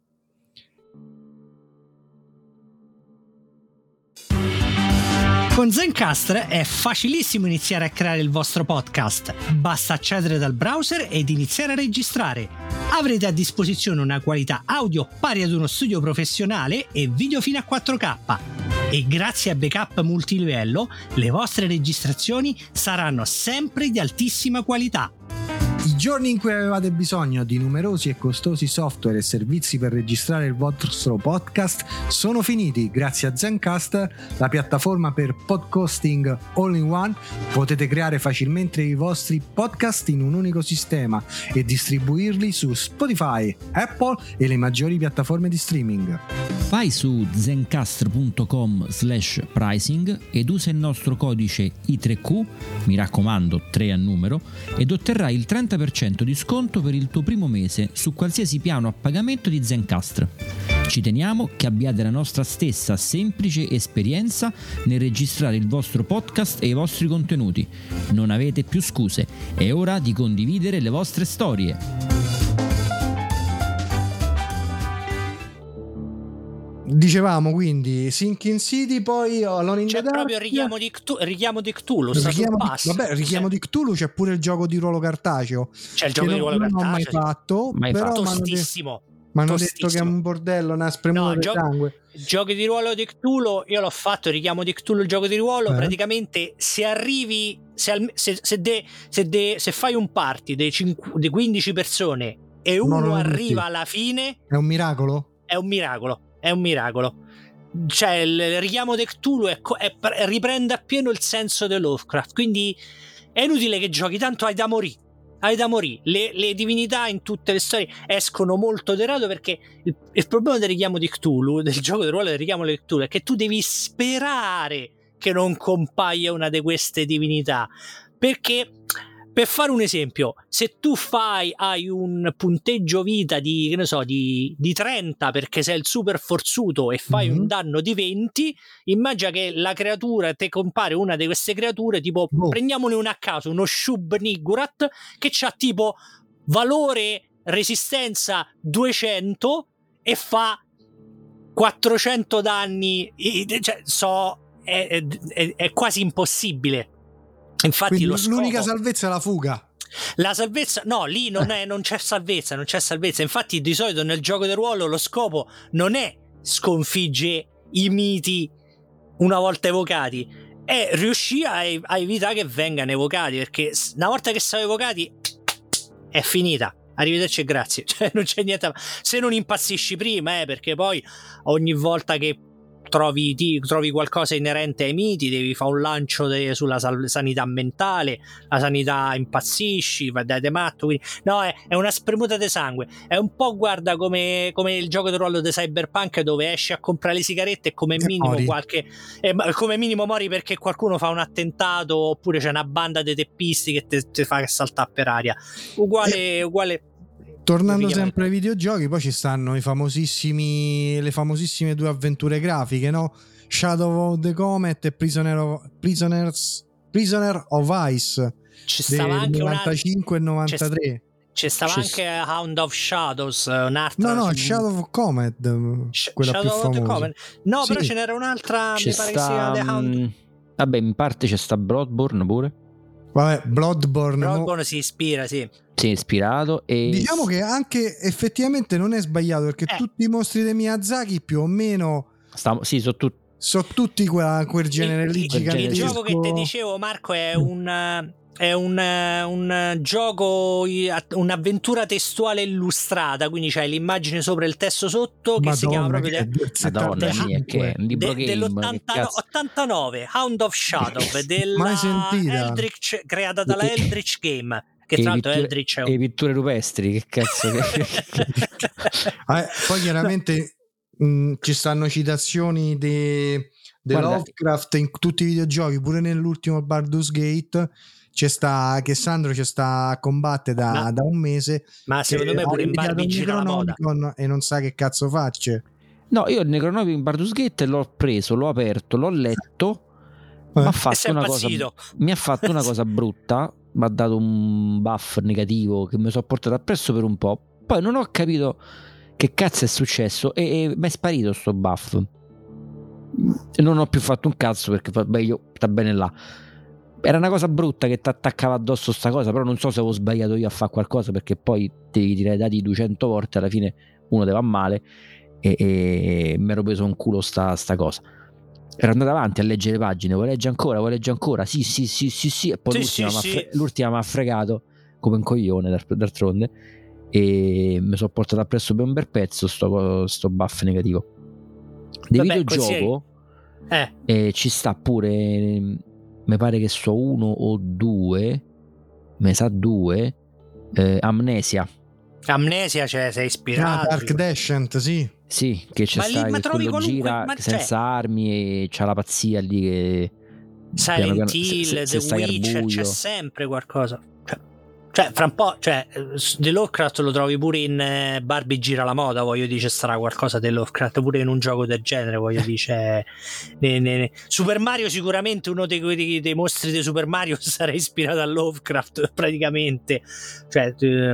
Con Zencastr è facilissimo iniziare a creare il vostro podcast. Basta accedere dal browser ed iniziare a registrare. Avrete a disposizione una qualità audio pari ad uno studio professionale e video fino a 4K. E grazie a backup multilivello, le vostre registrazioni saranno sempre di altissima qualità. I giorni in cui avevate bisogno di numerosi e costosi software e servizi per registrare il vostro podcast sono finiti. Grazie a Zencastr, la piattaforma per podcasting all-in-one, potete creare facilmente i vostri podcast in un unico sistema e distribuirli su Spotify, Apple e le maggiori piattaforme di streaming. Vai su zencastr.com/pricing ed usa il nostro codice I3Q, mi raccomando 3 a numero, ed otterrai il 30% di sconto per il tuo primo mese su qualsiasi piano a pagamento di Zencastr. Ci teniamo che abbiate la nostra stessa semplice esperienza nel registrare il vostro podcast e i vostri contenuti. Non avete più scuse, è ora di condividere le vostre storie. Dicevamo quindi Sinking City, poi Alone in the Dark. C'è proprio il richiamo di Cthulhu. Richiamo di Cthulhu, c'è pure il gioco di ruolo cartaceo. C'è il gioco di ruolo cartaceo. Non ho mai fatto, però tostissimo. Mi hanno detto che è un bordello, una spremuta di sangue. Giochi di ruolo di Cthulhu, io l'ho fatto, richiamo di Cthulhu, il gioco di ruolo. Praticamente se arrivi, se fai un party di 15 persone e uno arriva alla fine, è un miracolo? È un miracolo. Cioè il richiamo di Cthulhu riprende appieno il senso di Lovecraft, quindi è inutile che giochi, tanto hai da morire. Le divinità in tutte le storie escono molto di rado, perché il problema del richiamo di Cthulhu, del gioco di ruolo del richiamo di Cthulhu, è che tu devi sperare che non compaia una di queste divinità, perché per fare un esempio, se tu hai un punteggio vita di 30 perché sei il super forzuto e fai un danno di 20, immagina che la creatura te compare una di queste creature, tipo prendiamone una a caso, uno Shub-Niggurath che c'ha tipo valore resistenza 200 e fa 400 danni, cioè è quasi impossibile. Infatti quindi l'unica salvezza è la fuga. La salvezza, no, lì non c'è salvezza. Infatti di solito nel gioco di ruolo lo scopo non è sconfiggere i miti una volta evocati, è riuscire a evitare che vengano evocati, perché una volta che sono evocati è finita. Arrivederci e grazie, cioè non c'è niente, se non impazzisci prima, perché poi ogni volta che trovi qualcosa inerente ai miti devi fare un lancio sulla sanità mentale, la sanità impazzisci, dai matto, quindi no, è una spremuta di sangue, è un po', guarda, come il gioco di ruolo di Cyberpunk, dove esci a comprare le sigarette e come minimo mori perché qualcuno fa un attentato, oppure c'è una banda di teppisti che ti fa saltare per aria, uguale. Tornando sempre ai videogiochi, poi ci stanno le famosissime 2 avventure grafiche, no? Shadow of the Comet e Prisoner of Ice. Ci stava anche 95 e 93. C'è stava anche Hound of Shadows, un'altra. No, Shadow of Comet, quella Shadow più famosa. Comet. No, sì. Però ce n'era un'altra, mi pare che sia The Hound. Vabbè, in parte c'è sta Bloodborne pure. Vabbè, Bloodborne si ispira, sì. Si è ispirato, e diciamo che anche effettivamente non è sbagliato, perché tutti i mostri di Miyazaki più o meno sono tutti quel genere lì. Il gioco che ti dicevo, Marco, è un gioco, un'avventura testuale illustrata, quindi c'hai l'immagine sopra il testo sotto, che si chiama proprio dell'89 Hound of Shadow della Eldritch, creata dalla Eldritch Game, che tra l'altro Eldritch è le pitture rupestri, che cazzo poi chiaramente ci stanno citazioni di Lovecraft in tutti i videogiochi, pure nell'ultimo Baldur's Gate c'è sta che Sandro ci sta a combattere da un mese, ma secondo me pure in Barbie gira la moda e non sa che cazzo faccia. No, io il Necronomicon in Baldur's Gate l'ho preso, l'ho aperto, l'ho letto, mi ha fatto una cosa brutta, mi ha dato un buff negativo che mi sono portato appresso per un po', poi non ho capito che cazzo è successo e mi è sparito sto buff. non ho più fatto un cazzo perché io sta bene là. Era una cosa brutta che ti attaccava addosso sta cosa, però non so se avevo sbagliato io a fare qualcosa, perché poi devi tirare i dati 200 volte, alla fine uno te va male e mi ero preso un culo sta cosa. Ero andato avanti a leggere le pagine, vuoi leggere ancora? Sì, e poi l'ultima mi ha fregato come un coglione d'altronde, e mi sono portato appresso per un bel pezzo sto buff negativo. Del videogioco ci sta pure, mi pare che so 1 o 2, mi sa 2, Amnesia, cioè sei ispirato Dark Descent, sì, che c'è quello gira senza armi e c'ha la pazzia lì che Silent Hill, The Witcher, c'è sempre qualcosa, cioè fra un po', cioè The Lovecraft lo trovi pure in Barbie gira la moda, voglio dire, sarà qualcosa di Lovecraft pure in un gioco del genere, voglio dire. Super Mario sicuramente uno dei mostri di Super Mario sarà ispirato a Lovecraft praticamente, cioè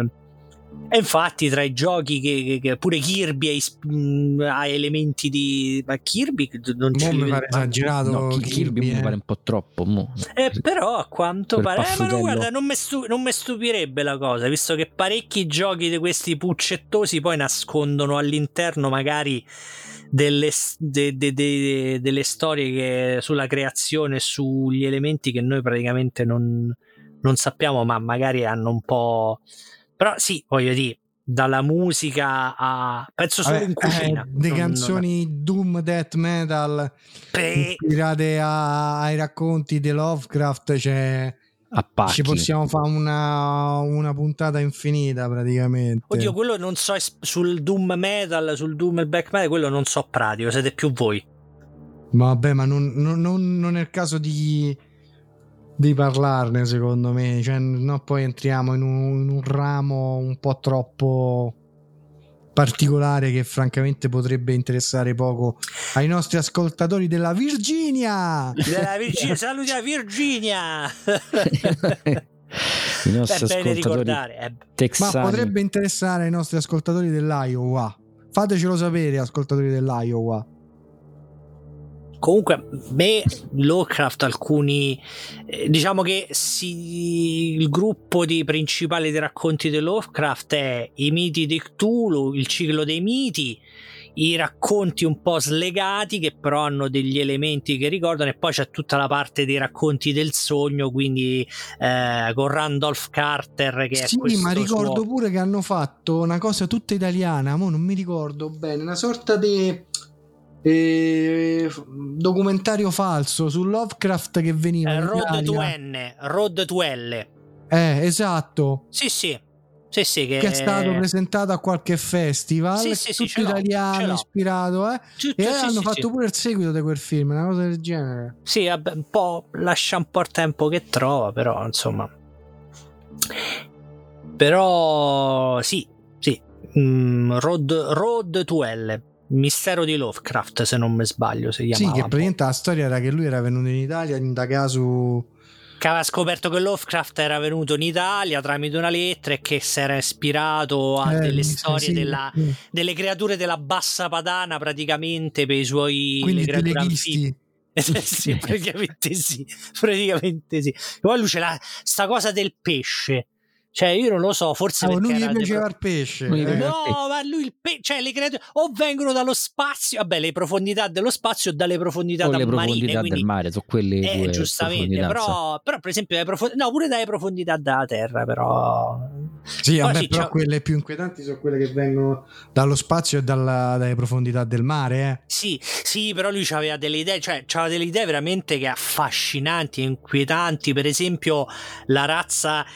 e infatti tra i giochi che pure Kirby ha elementi di, ma Kirby non ci mi pare esagerato, no, Kirby mi pare un po' troppo però a quanto pare ma no, guarda, non mi stupirebbe la cosa, visto che parecchi giochi di questi puccettosi poi nascondono all'interno magari delle storie che sulla creazione, sugli elementi che noi praticamente non sappiamo, ma magari hanno un po'. Però sì, voglio dire, dalla musica a penso solo in cucina, le canzoni Doom Death Metal ispirate ai racconti di Lovecraft, cioè ci possiamo fare una puntata infinita praticamente. Oddio, quello non so, sul Doom Metal, sul Doom Black Metal, quello non so pratico, siete più voi. Vabbè, ma non è il caso di parlarne, secondo me, cioè no, poi entriamo in un ramo un po' troppo particolare che francamente potrebbe interessare poco ai nostri ascoltatori della Virginia. Saluti a Virginia. I nostri ascoltatori texani. Ma potrebbe interessare ai nostri ascoltatori dell'Iowa, fatecelo sapere, ascoltatori dell'Iowa. Comunque me Lovecraft, alcuni diciamo che il gruppo di principali dei racconti di Lovecraft è i miti di Cthulhu, il ciclo dei miti, i racconti un po' slegati che però hanno degli elementi che ricordano, e poi c'è tutta la parte dei racconti del sogno, quindi con Randolph Carter che sì, è questo ma ricordo suo. pure che hanno fatto una cosa tutta italiana, mo non mi ricordo bene, una sorta di documentario falso su Lovecraft che veniva Road to L. Esatto. Sì, che è stato presentato a qualche festival, tutto italiano, ispirato, e hanno fatto pure il seguito di quel film, una cosa del genere. Sì, vabbè, un po' lascia un po' il tempo che trova, però insomma. Però sì. Road to L, Mistero di Lovecraft, se non mi sbaglio si chiamava. Sì, che praticamente la storia era che lui era venuto in Italia a indagare che aveva scoperto che Lovecraft era venuto in Italia tramite una lettera e che si era ispirato a delle storie delle creature della bassa padana, praticamente, per i suoi creature anfibi. Sì, praticamente sì. Poi lui c'è sta cosa del pesce. Cioè io non lo so, forse perché lui gli piaceva il pesce. No, ma lui cioè le creature o vengono dallo spazio, vabbè, le profondità dello spazio o dalle profondità marine, profondità del mare, sono quelle due giustamente, però per esempio pure dalle profondità della terra, però sì, vabbè, però quelle più inquietanti sono quelle che vengono dallo spazio e dalle profondità del mare, Sì, però lui aveva delle idee, cioè c'aveva delle idee veramente che affascinanti e inquietanti, per esempio la razza,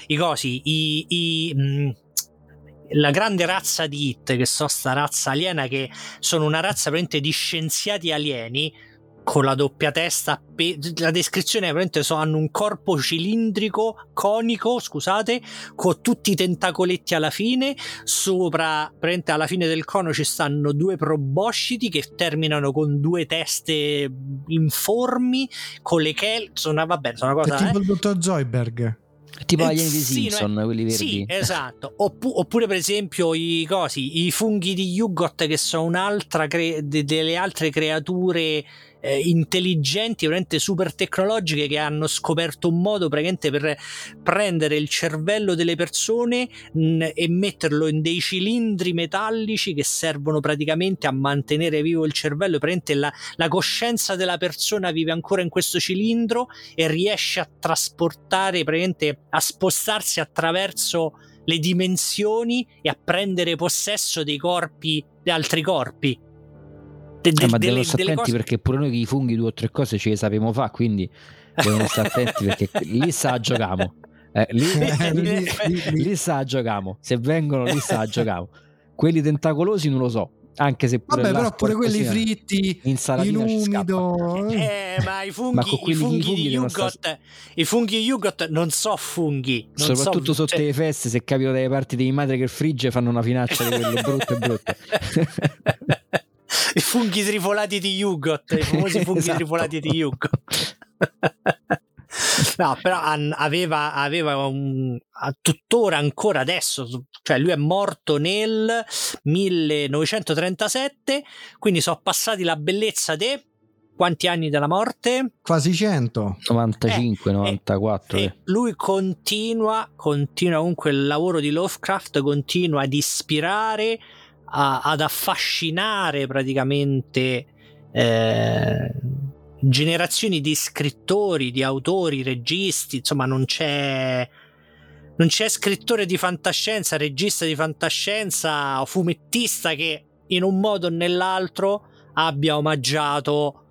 la grande razza di It, che sta razza aliena, che sono una razza veramente di scienziati alieni con la doppia testa. La descrizione è veramente hanno un corpo cilindrico, conico, scusate, con tutti i tentacoletti alla fine. Sopra, praticamente alla fine del cono ci stanno due probosciti che terminano con due teste informi, con le sono una cosa tipo il dottor Zoidberg, tipo gli alieni di Simpson, quelli verdi. Sì, esatto. Oppure per esempio i funghi di Yugot, che sono un'altra delle altre creature intelligenti, veramente super tecnologiche, che hanno scoperto un modo praticamente per prendere il cervello delle persone e metterlo in dei cilindri metallici che servono praticamente a mantenere vivo il cervello. Praticamente la coscienza della persona vive ancora in questo cilindro e riesce a trasportare, praticamente a spostarsi attraverso le dimensioni e a prendere possesso dei corpi, di altri corpi. Ma devono stare attenti cose... perché pure noi che i funghi 2 o 3 cose ce le sappiamo fa, quindi devono stare attenti perché lì sa giocamo. Lì sa giocamo. Se vengono lì sa giocamo. Quelli tentacolosi non lo so. Anche se pure però pure quelli fritti in umido, ma i funghi di yogurt non so funghi, non soprattutto sotto le feste, se capito dalle parti dei madri che frigge, fanno una finaccia di quelle brutte. I funghi trifolati di yogurt, i famosi funghi trifolati di yogurt. No, però aveva tuttora, ancora adesso, cioè lui è morto nel 1937, quindi sono passati la bellezza di quanti anni dalla morte? Quasi 100. 95, 94. E lui continua comunque, il lavoro di Lovecraft continua ad ispirare, ad affascinare praticamente generazioni di scrittori, di autori, registi. Insomma, non c'è scrittore di fantascienza, regista di fantascienza o fumettista che in un modo o nell'altro abbia omaggiato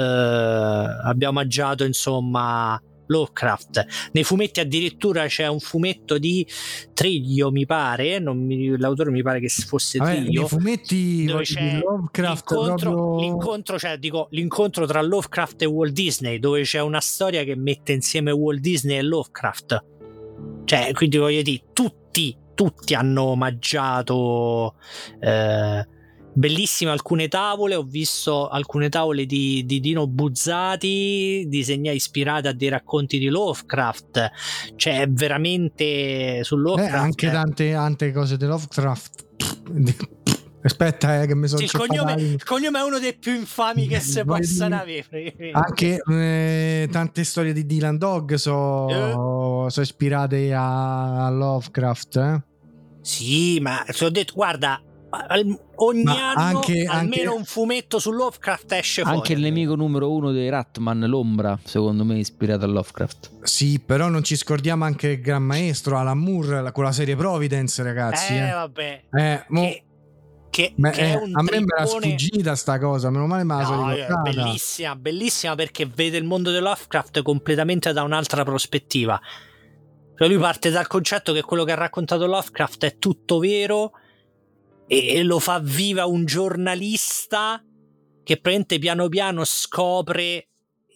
insomma Lovecraft. Nei fumetti addirittura c'è un fumetto di Triglio, mi pare, l'autore mi pare che fosse Triglio. Nei fumetti dove c'è Lovecraft l'incontro tra Lovecraft e Walt Disney, dove c'è una storia che mette insieme Walt Disney e Lovecraft. Cioè, quindi voglio dire, tutti hanno omaggiato. Bellissime alcune tavole, ho visto alcune tavole di Dino Buzzati ispirate a dei racconti di Lovecraft. Cioè veramente su Lovecraft anche tante cose di Lovecraft. Aspetta, che mi sono il cognome è uno dei più infami che si possano avere. Anche tante storie di Dylan Dog sono ispirate a Lovecraft. Sì, ma ti ho detto, guarda, ogni anno almeno un fumetto su Lovecraft esce fuori. Anche il nemico numero 1 dei Ratman, l'ombra, secondo me è ispirato a Lovecraft. Sì, però non ci scordiamo anche il gran maestro Alan Moore con la serie Providence, ragazzi. Vabbè. Che è un a me era sfuggita sta cosa, meno male me la sono ricordata. Bellissima, perché vede il mondo di Lovecraft completamente da un'altra prospettiva. Cioè lui parte dal concetto che quello che ha raccontato Lovecraft è tutto vero e lo fa viva un giornalista che praticamente piano piano scopre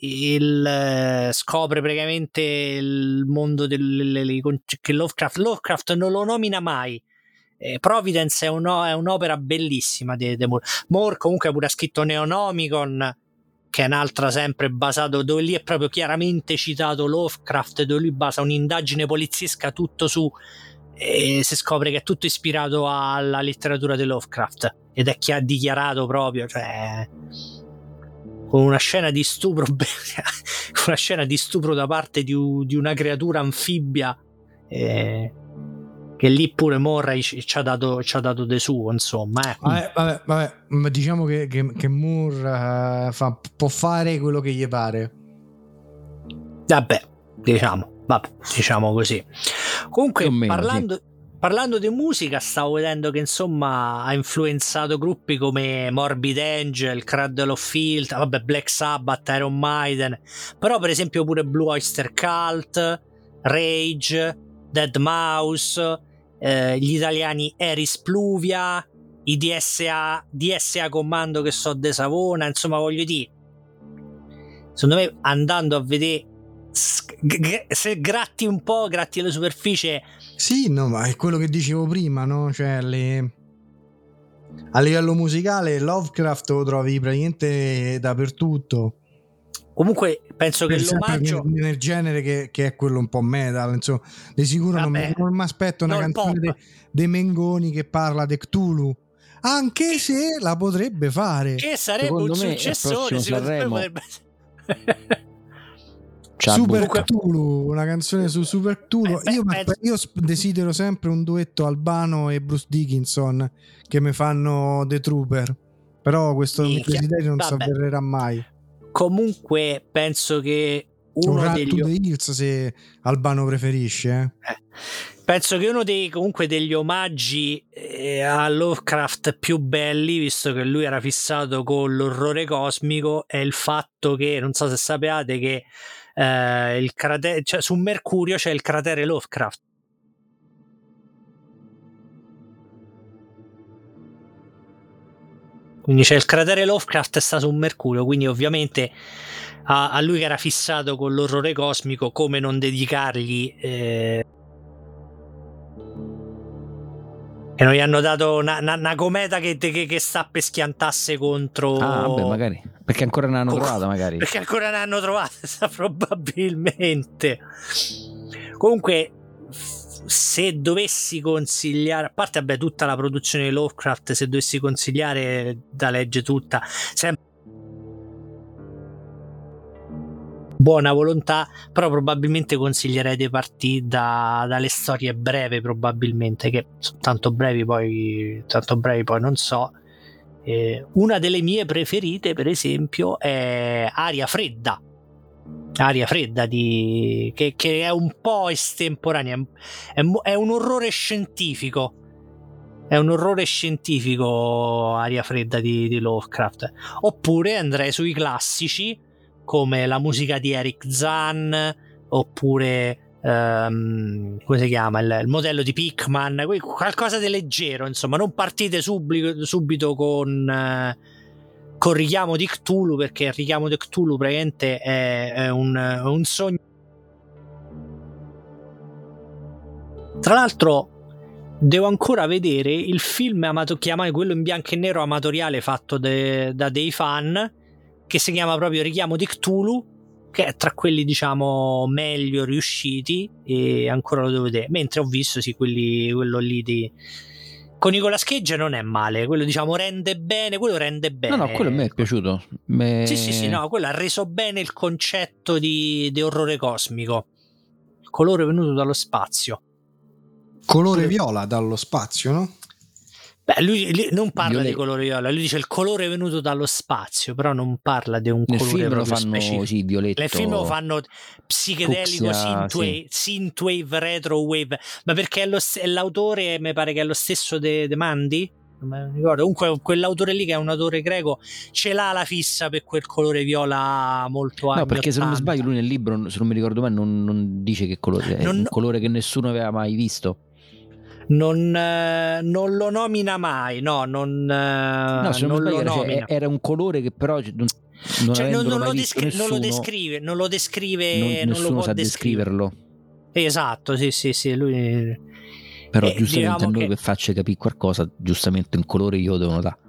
praticamente il mondo che Lovecraft non lo nomina mai. Providence è un'opera bellissima di Moore. Moore comunque pure ha scritto Neonomicon, che è un'altra sempre basato, dove lì è proprio chiaramente citato Lovecraft, dove lui basa un'indagine poliziesca tutto su, e si scopre che è tutto ispirato alla letteratura di Lovecraft, ed è dichiarato proprio, cioè con una scena di stupro da parte di una creatura anfibia, che lì pure Murray ci ha dato del suo, insomma. Vabbè, diciamo che Moore può fare quello che gli pare. Vabbè, diciamo così. Comunque, parlando di musica, stavo vedendo che insomma ha influenzato gruppi come Morbid Angel, Cradle of Filth, Black Sabbath, Iron Maiden, però per esempio pure Blue Oyster Cult, Rage, Deadmau5, gli italiani Eris Pluvia, i DSA Commando, che so de Savona. Insomma, voglio dire, secondo me, andando a vedere, se gratti la superficie. Sì, no, ma è quello che dicevo prima, no? Cioè a livello musicale Lovecraft lo trovi praticamente dappertutto. Comunque penso che l'omaggio nel genere che è quello un po' metal, insomma, di sicuro non mi aspetto una canzone dei Mengoni che parla di Cthulhu. anche se la potrebbe fare, che sarebbe un successore, secondo me potrebbe Super Cthulhu, una canzone su Super Cthulhu. Io desidero sempre un duetto Albano e Bruce Dickinson che mi fanno The Trooper, però questo desiderio non si avvererà mai. Comunque penso che uno degli the Hills, se Albano preferisce, penso che uno degli omaggi a Lovecraft più belli, visto che lui era fissato con l'orrore cosmico, è il fatto che, non so se sappiate, che il cratere, cioè, su Mercurio c'è il cratere Lovecraft. Quindi c'è il cratere Lovecraft, sta su Mercurio, quindi ovviamente a lui che era fissato con l'orrore cosmico, come non dedicargli che non gli hanno dato una cometa che sta per schiantasse contro. Vabbè, magari perché ancora non hanno trovata, magari perché ancora non hanno trovata, probabilmente. Comunque, se dovessi consigliare, a parte vabbè tutta la produzione di Lovecraft, se dovessi consigliare da legge tutta, sempre buona volontà, però probabilmente consiglierei di partire dalle storie breve, probabilmente, che sono tanto brevi poi non so. Una delle mie preferite, per esempio, è Aria Fredda, che è un po' estemporanea, è un orrore scientifico. Aria Fredda di Lovecraft. Oppure andrei sui classici come la musica di Eric Zahn, oppure come si chiama, il modello di Pickman, qualcosa di leggero, insomma. Non partite subito con Richiamo di Cthulhu, perché il Richiamo di Cthulhu praticamente è un sogno. Tra l'altro devo ancora vedere il film chiamato quello in bianco e nero amatoriale fatto da dei fan, che si chiama proprio Richiamo di Cthulhu, che è tra quelli, diciamo, meglio riusciti, e ancora lo devo vedere. Mentre ho visto quello lì con Nicolas Cage non è male, quello, diciamo, rende bene. No, quello a me è piaciuto. Sì, no, quello ha reso bene il concetto di orrore cosmico, il colore venuto dallo spazio, colore viola dallo spazio, no? Beh, lui non parla di colore viola, lui dice il colore venuto dallo spazio, però non parla di un nel colore film proprio lo fanno specifico. Sì, violetto. Nel film lo fanno psichedelico, synthwave, retrowave, ma perché l'autore mi pare che è lo stesso de Mandy, non me lo ricordo. Comunque quell'autore lì, che è un autore greco, ce l'ha la fissa per quel colore viola molto anni 80. Perché se non mi sbaglio lui nel libro, se non mi ricordo mai, non dice che colore è, un colore che nessuno aveva mai visto. Non lo nomina mai, no, se non lo nomina. Era un colore che però non lo descrive, nessuno non lo può sa descriverlo. Esatto, sì, lui. Però giustamente a noi per farci capire qualcosa, giustamente un colore io devono dare.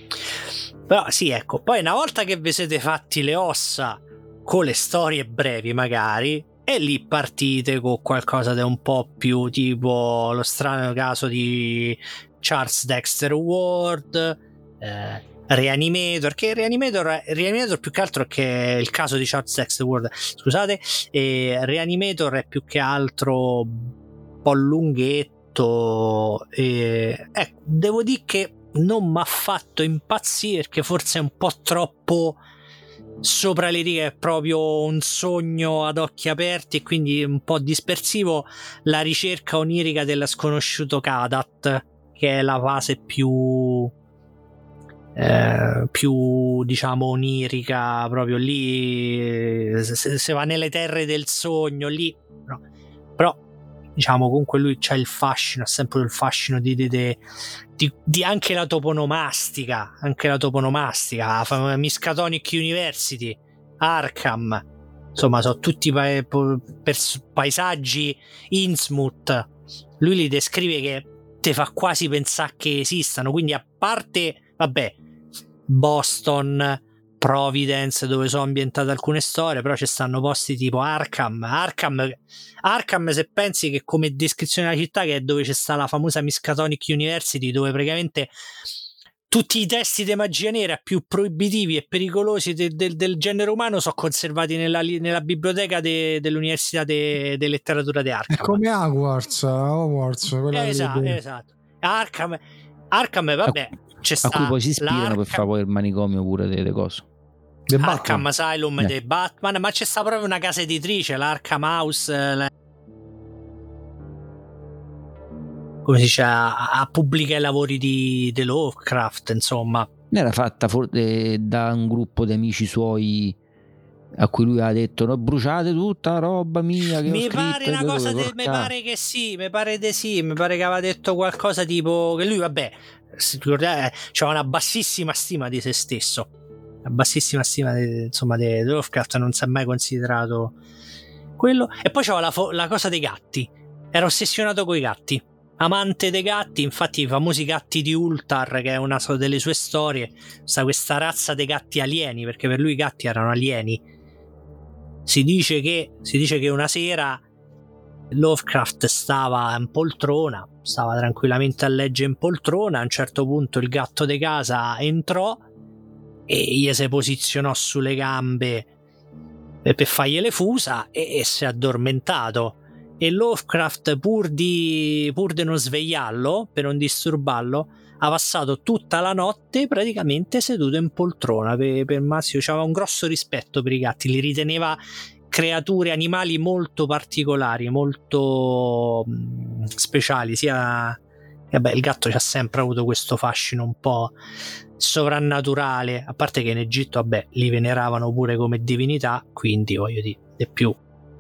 Però sì, ecco, poi una volta che vi siete fatti le ossa con le storie brevi, magari, e lì partite con qualcosa di un po' più tipo lo strano caso di Charles Dexter Ward, Reanimator, che Reanimator più che altro, che è il caso di Charles Dexter Ward, scusate, e Reanimator è più che altro un po' lunghetto, e devo dire che non mi ha fatto impazzire, perché forse è un po' troppo sopra le righe, è proprio un sogno ad occhi aperti, e quindi un po' dispersivo. La ricerca onirica del sconosciuto Kadat, che è la fase più diciamo onirica, proprio lì se va nelle terre del sogno lì, no. Però diciamo comunque lui c'ha il fascino, ha sempre il fascino di anche la toponomastica, Miskatonic University, Arkham, insomma sono tutti paesaggi Innsmouth, lui li descrive che te fa quasi pensare che esistano. Quindi, a parte, vabbè, Boston, Providence, dove sono ambientate alcune storie, però ci stanno posti tipo Arkham, se pensi che come descrizione della città, che è dove c'è sta la famosa Miskatonic University, dove praticamente tutti i testi di magia nera più proibitivi e pericolosi del genere umano sono conservati nella biblioteca dell'Università di Letteratura di Arkham. È come Hogwarts, quella esatto. Arkham, vabbè, c'è a cui poi si ispirano per fare poi il manicomio pure delle cose. Arkham Asylum di Batman, ma c'è sta proprio una casa editrice, l'Arkham House, come si dice, a pubblica i lavori di Lovecraft, insomma. Era fatta da un gruppo di amici suoi a cui lui ha detto: no, bruciate tutta la roba mia che mi pare una cosa mi pare che sì, mi pare che aveva detto qualcosa tipo che lui, vabbè, c'ha una bassissima stima di se stesso, una bassissima stima insomma di Lovecraft, non si è mai considerato quello. E poi c'era la cosa dei gatti, era ossessionato coi gatti, amante dei gatti, infatti i famosi gatti di Ultar, che è una delle sue storie, sta questa razza dei gatti alieni, perché per lui i gatti erano alieni. Si dice che una sera Lovecraft stava in poltrona, stava tranquillamente a leggere in poltrona, a un certo punto il gatto di casa entrò e gli si posizionò sulle gambe per fargli le fusa e si è addormentato. E Lovecraft, pur di non svegliarlo, per non disturbarlo, ha passato tutta la notte praticamente seduto in poltrona. Per Massimo c'aveva un grosso rispetto per i gatti, li riteneva creature, animali molto particolari, molto speciali. Vabbè, il gatto ci ha sempre avuto questo fascino un po' sovrannaturale, a parte che in Egitto, vabbè, li veneravano pure come divinità, quindi voglio dire, è più.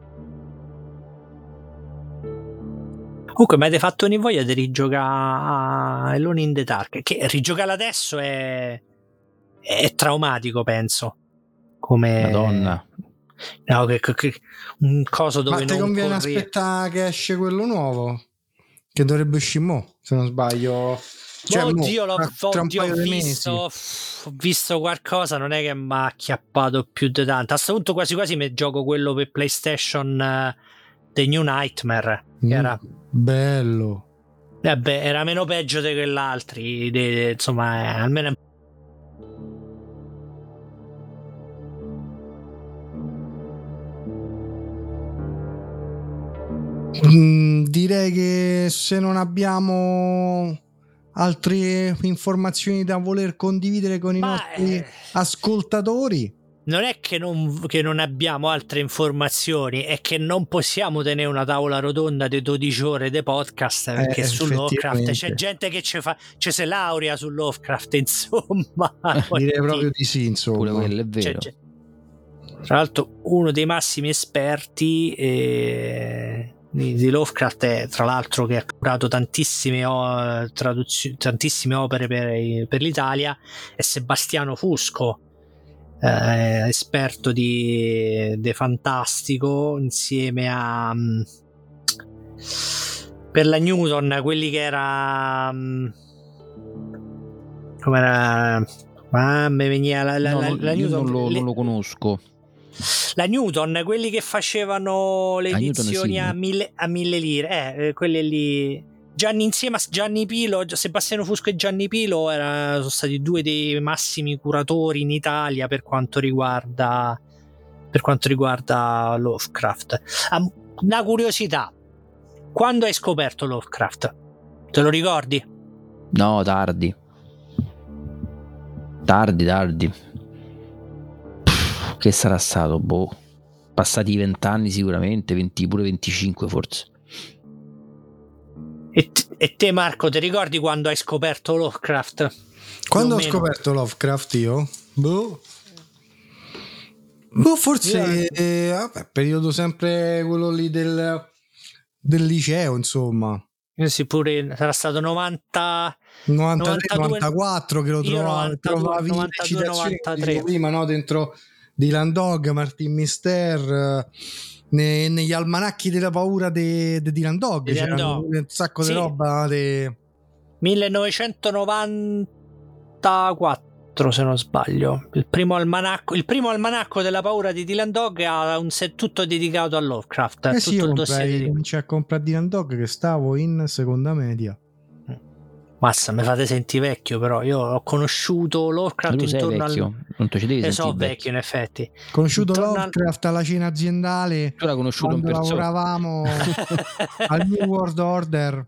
Comunque mi avete fatto ogni voglia di rigiocare a Alone in the Dark, che rigiocare adesso è traumatico, penso. Come Madonna. No, che un coso dove ma ti conviene aspettare che esce quello nuovo, che dovrebbe uscire mo', se non sbaglio. Cioè, oddio, ho visto qualcosa, non è che mi ha acchiappato più di tanto. A questo punto quasi quasi mi gioco quello per PlayStation, The New Nightmare, che era bello. Era meno peggio di quell'altri, insomma, almeno. Direi che se non abbiamo altre informazioni da voler condividere con i nostri ascoltatori, non è che non abbiamo altre informazioni, è che non possiamo tenere una tavola rotonda di 12 ore di podcast, perché su Lovecraft c'è gente che ci si laurea su Lovecraft, insomma. Direi proprio di sì, insomma. Pure quello è vero. Tra l'altro uno dei massimi esperti di Lovecraft è, tra l'altro, che ha curato tantissime opere per l'Italia, è Sebastiano Fusco, esperto di fantastico, insieme a per la Newton, quelli che era come era, mi veniva la Newton, non lo conosco. La Newton, quelli che facevano le edizioni a 1000 lire, quelli lì. Insieme a Gianni Pilo, Sebastiano Fusco e Gianni Pilo sono stati due dei massimi curatori in Italia per quanto riguarda Lovecraft. Una curiosità: quando hai scoperto Lovecraft? Te lo ricordi? No, tardi. Che sarà stato? Passati 20 anni sicuramente, 20, pure 25 forse. E te, Marco, ti ricordi quando hai scoperto Lovecraft? Quando ho scoperto Lovecraft io? Forse vabbè, periodo sempre quello lì del liceo, insomma. Sì, pure sarà stato 93, 94 che lo trovavi 93 prima, no? Dentro Dylan Dog, Martin Mister, negli almanacchi della paura di Dylan Dog c'era un sacco di roba 1994 se non sbaglio, il primo almanacco della paura di Dylan Dog ha un set tutto dedicato a Lovecraft. Sì, io cominciai a comprare Dylan Dog che stavo in seconda media. Massa, mi fate sentire vecchio, però io ho conosciuto Lovecraft intorno vecchio, non ti ci devi so vecchio in effetti. Conosciuto Lovecraft alla cena aziendale. Tu l'hai conosciuto in persona. Lavoravamo al New World Order.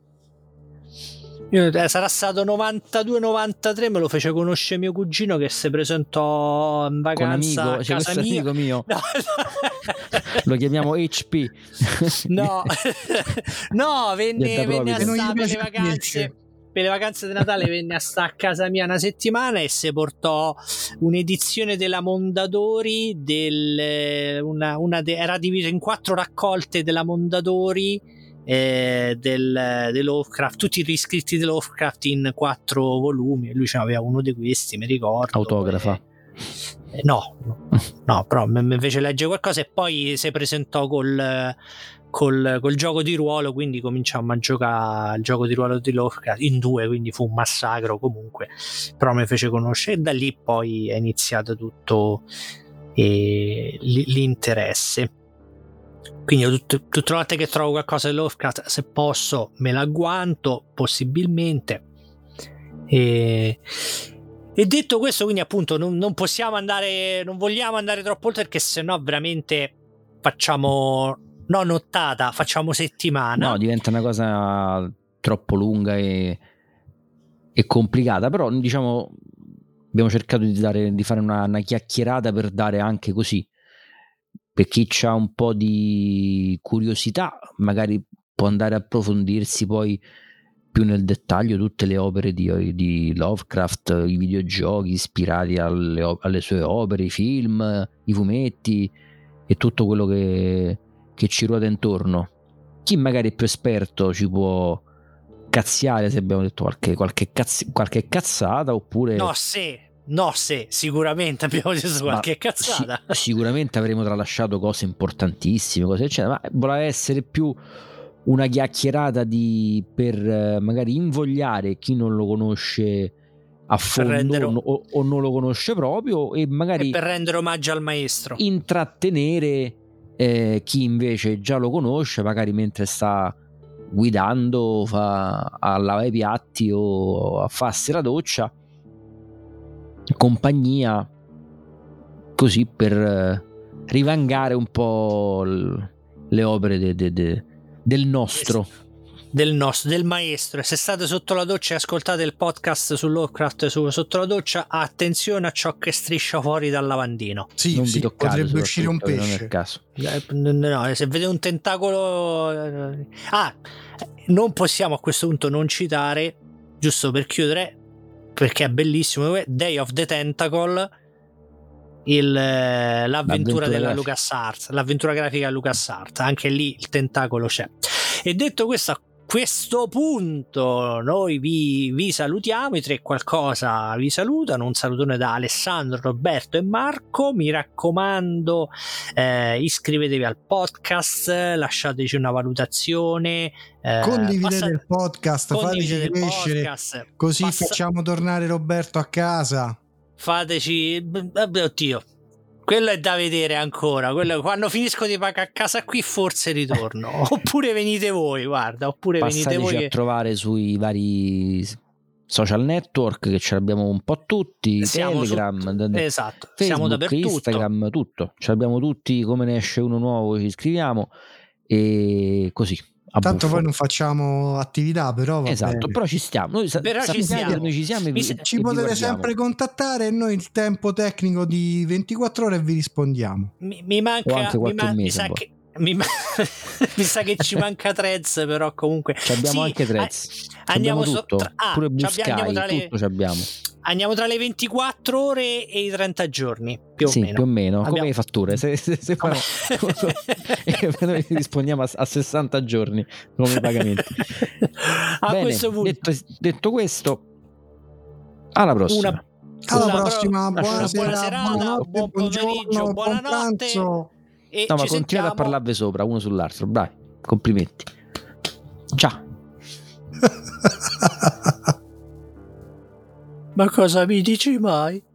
Sarà stato 92-93, me lo fece conoscere mio cugino che si presentò in vacanza a casa mia. Amico mio. No. Lo chiamiamo HP. No, venne a stare per le vacanze di Natale, venne a stare a casa mia una settimana e si portò un'edizione della Mondadori era diviso in 4 raccolte della Mondadori del Lovecraft, tutti i riscritti di Lovecraft in 4 volumi, e lui ce n'aveva uno di questi, mi ricordo. Autografa. No, però mi fece leggere qualcosa e poi si presentò col gioco di ruolo, quindi cominciammo a giocare al gioco di ruolo di Lovecraft in 2, quindi fu un massacro comunque, però mi fece conoscere e da lì poi è iniziato tutto l'interesse. Quindi tutte le volte che trovo qualcosa di Lovecraft, se posso me l'agguanto, possibilmente. E detto questo, quindi appunto non vogliamo andare troppo oltre, perché sennò veramente facciamo nottata, facciamo settimana. No, diventa una cosa troppo lunga e complicata, però diciamo abbiamo cercato di fare una chiacchierata per dare anche così, per chi ha un po' di curiosità magari può andare a approfondirsi poi più nel dettaglio tutte le opere di Lovecraft, i videogiochi ispirati alle sue opere, i film, i fumetti e tutto quello che ci ruota intorno. Chi magari è più esperto ci può cazziare se abbiamo detto qualche cazzata, oppure No, sicuramente abbiamo detto qualche cazzata. Sicuramente avremo tralasciato cose importantissime, cose eccetera, ma voleva essere più una chiacchierata per magari invogliare chi non lo conosce a fondo o non lo conosce proprio, e magari per rendere omaggio al maestro, intrattenere chi invece già lo conosce, magari mentre sta guidando, a lavare i piatti o a farsi la doccia, compagnia, così per rivangare un po' le opere del maestro. Se state sotto la doccia e ascoltate il podcast su Lovecraft sotto la doccia, attenzione a ciò che striscia fuori dal lavandino. Sì, non vi toccate, potrebbe uscire un pesce. Non è il caso. No, se vedete un tentacolo, non possiamo a questo punto non citare, giusto per chiudere, perché è bellissimo, Day of the Tentacle, l'avventura della LucasArts, l'avventura grafica LucasArts. Anche lì il tentacolo c'è. E detto questo, a questo punto noi vi salutiamo, i tre qualcosa vi salutano, un salutone da Alessandro, Roberto e Marco. Mi raccomando, iscrivetevi al podcast, lasciateci una valutazione, condividete il podcast, fateci crescere, così facciamo tornare Roberto a casa. Fateci, oddio, quello è da vedere ancora. Quello, quando finisco di pagare a casa qui forse ritorno. Oppure venite voi, guarda. Oppure passateci venite voi a trovare sui vari social network, che ce l'abbiamo un po' tutti. Telegram, esatto, Facebook, siamo dappertutto. Instagram, tutto. Ce l'abbiamo tutti. Come ne esce uno nuovo ci iscriviamo e così. Tanto poi non facciamo attività, però esatto, però ci stiamo. Noi ci siamo ci potete sempre contattare e noi il tempo tecnico di 24 ore vi rispondiamo. Mi manca, o anche qualche mese. Mi sa che ci manca Threads, però comunque abbiamo anche Threads. Andiamo tutto, pure Blue Sky, tutto abbiamo. Andiamo tra le 24 ore e i 30 giorni, più o meno. Come le fatture? Se noi rispondiamo a 60 giorni come pagamenti. Bene, questo punto. Detto questo, alla prossima. Alla prossima, buona serata, buon pomeriggio, buonanotte. No, ma continuate a parlarvi sopra uno sull'altro, dai, complimenti. Ciao. Ma cosa mi dici mai?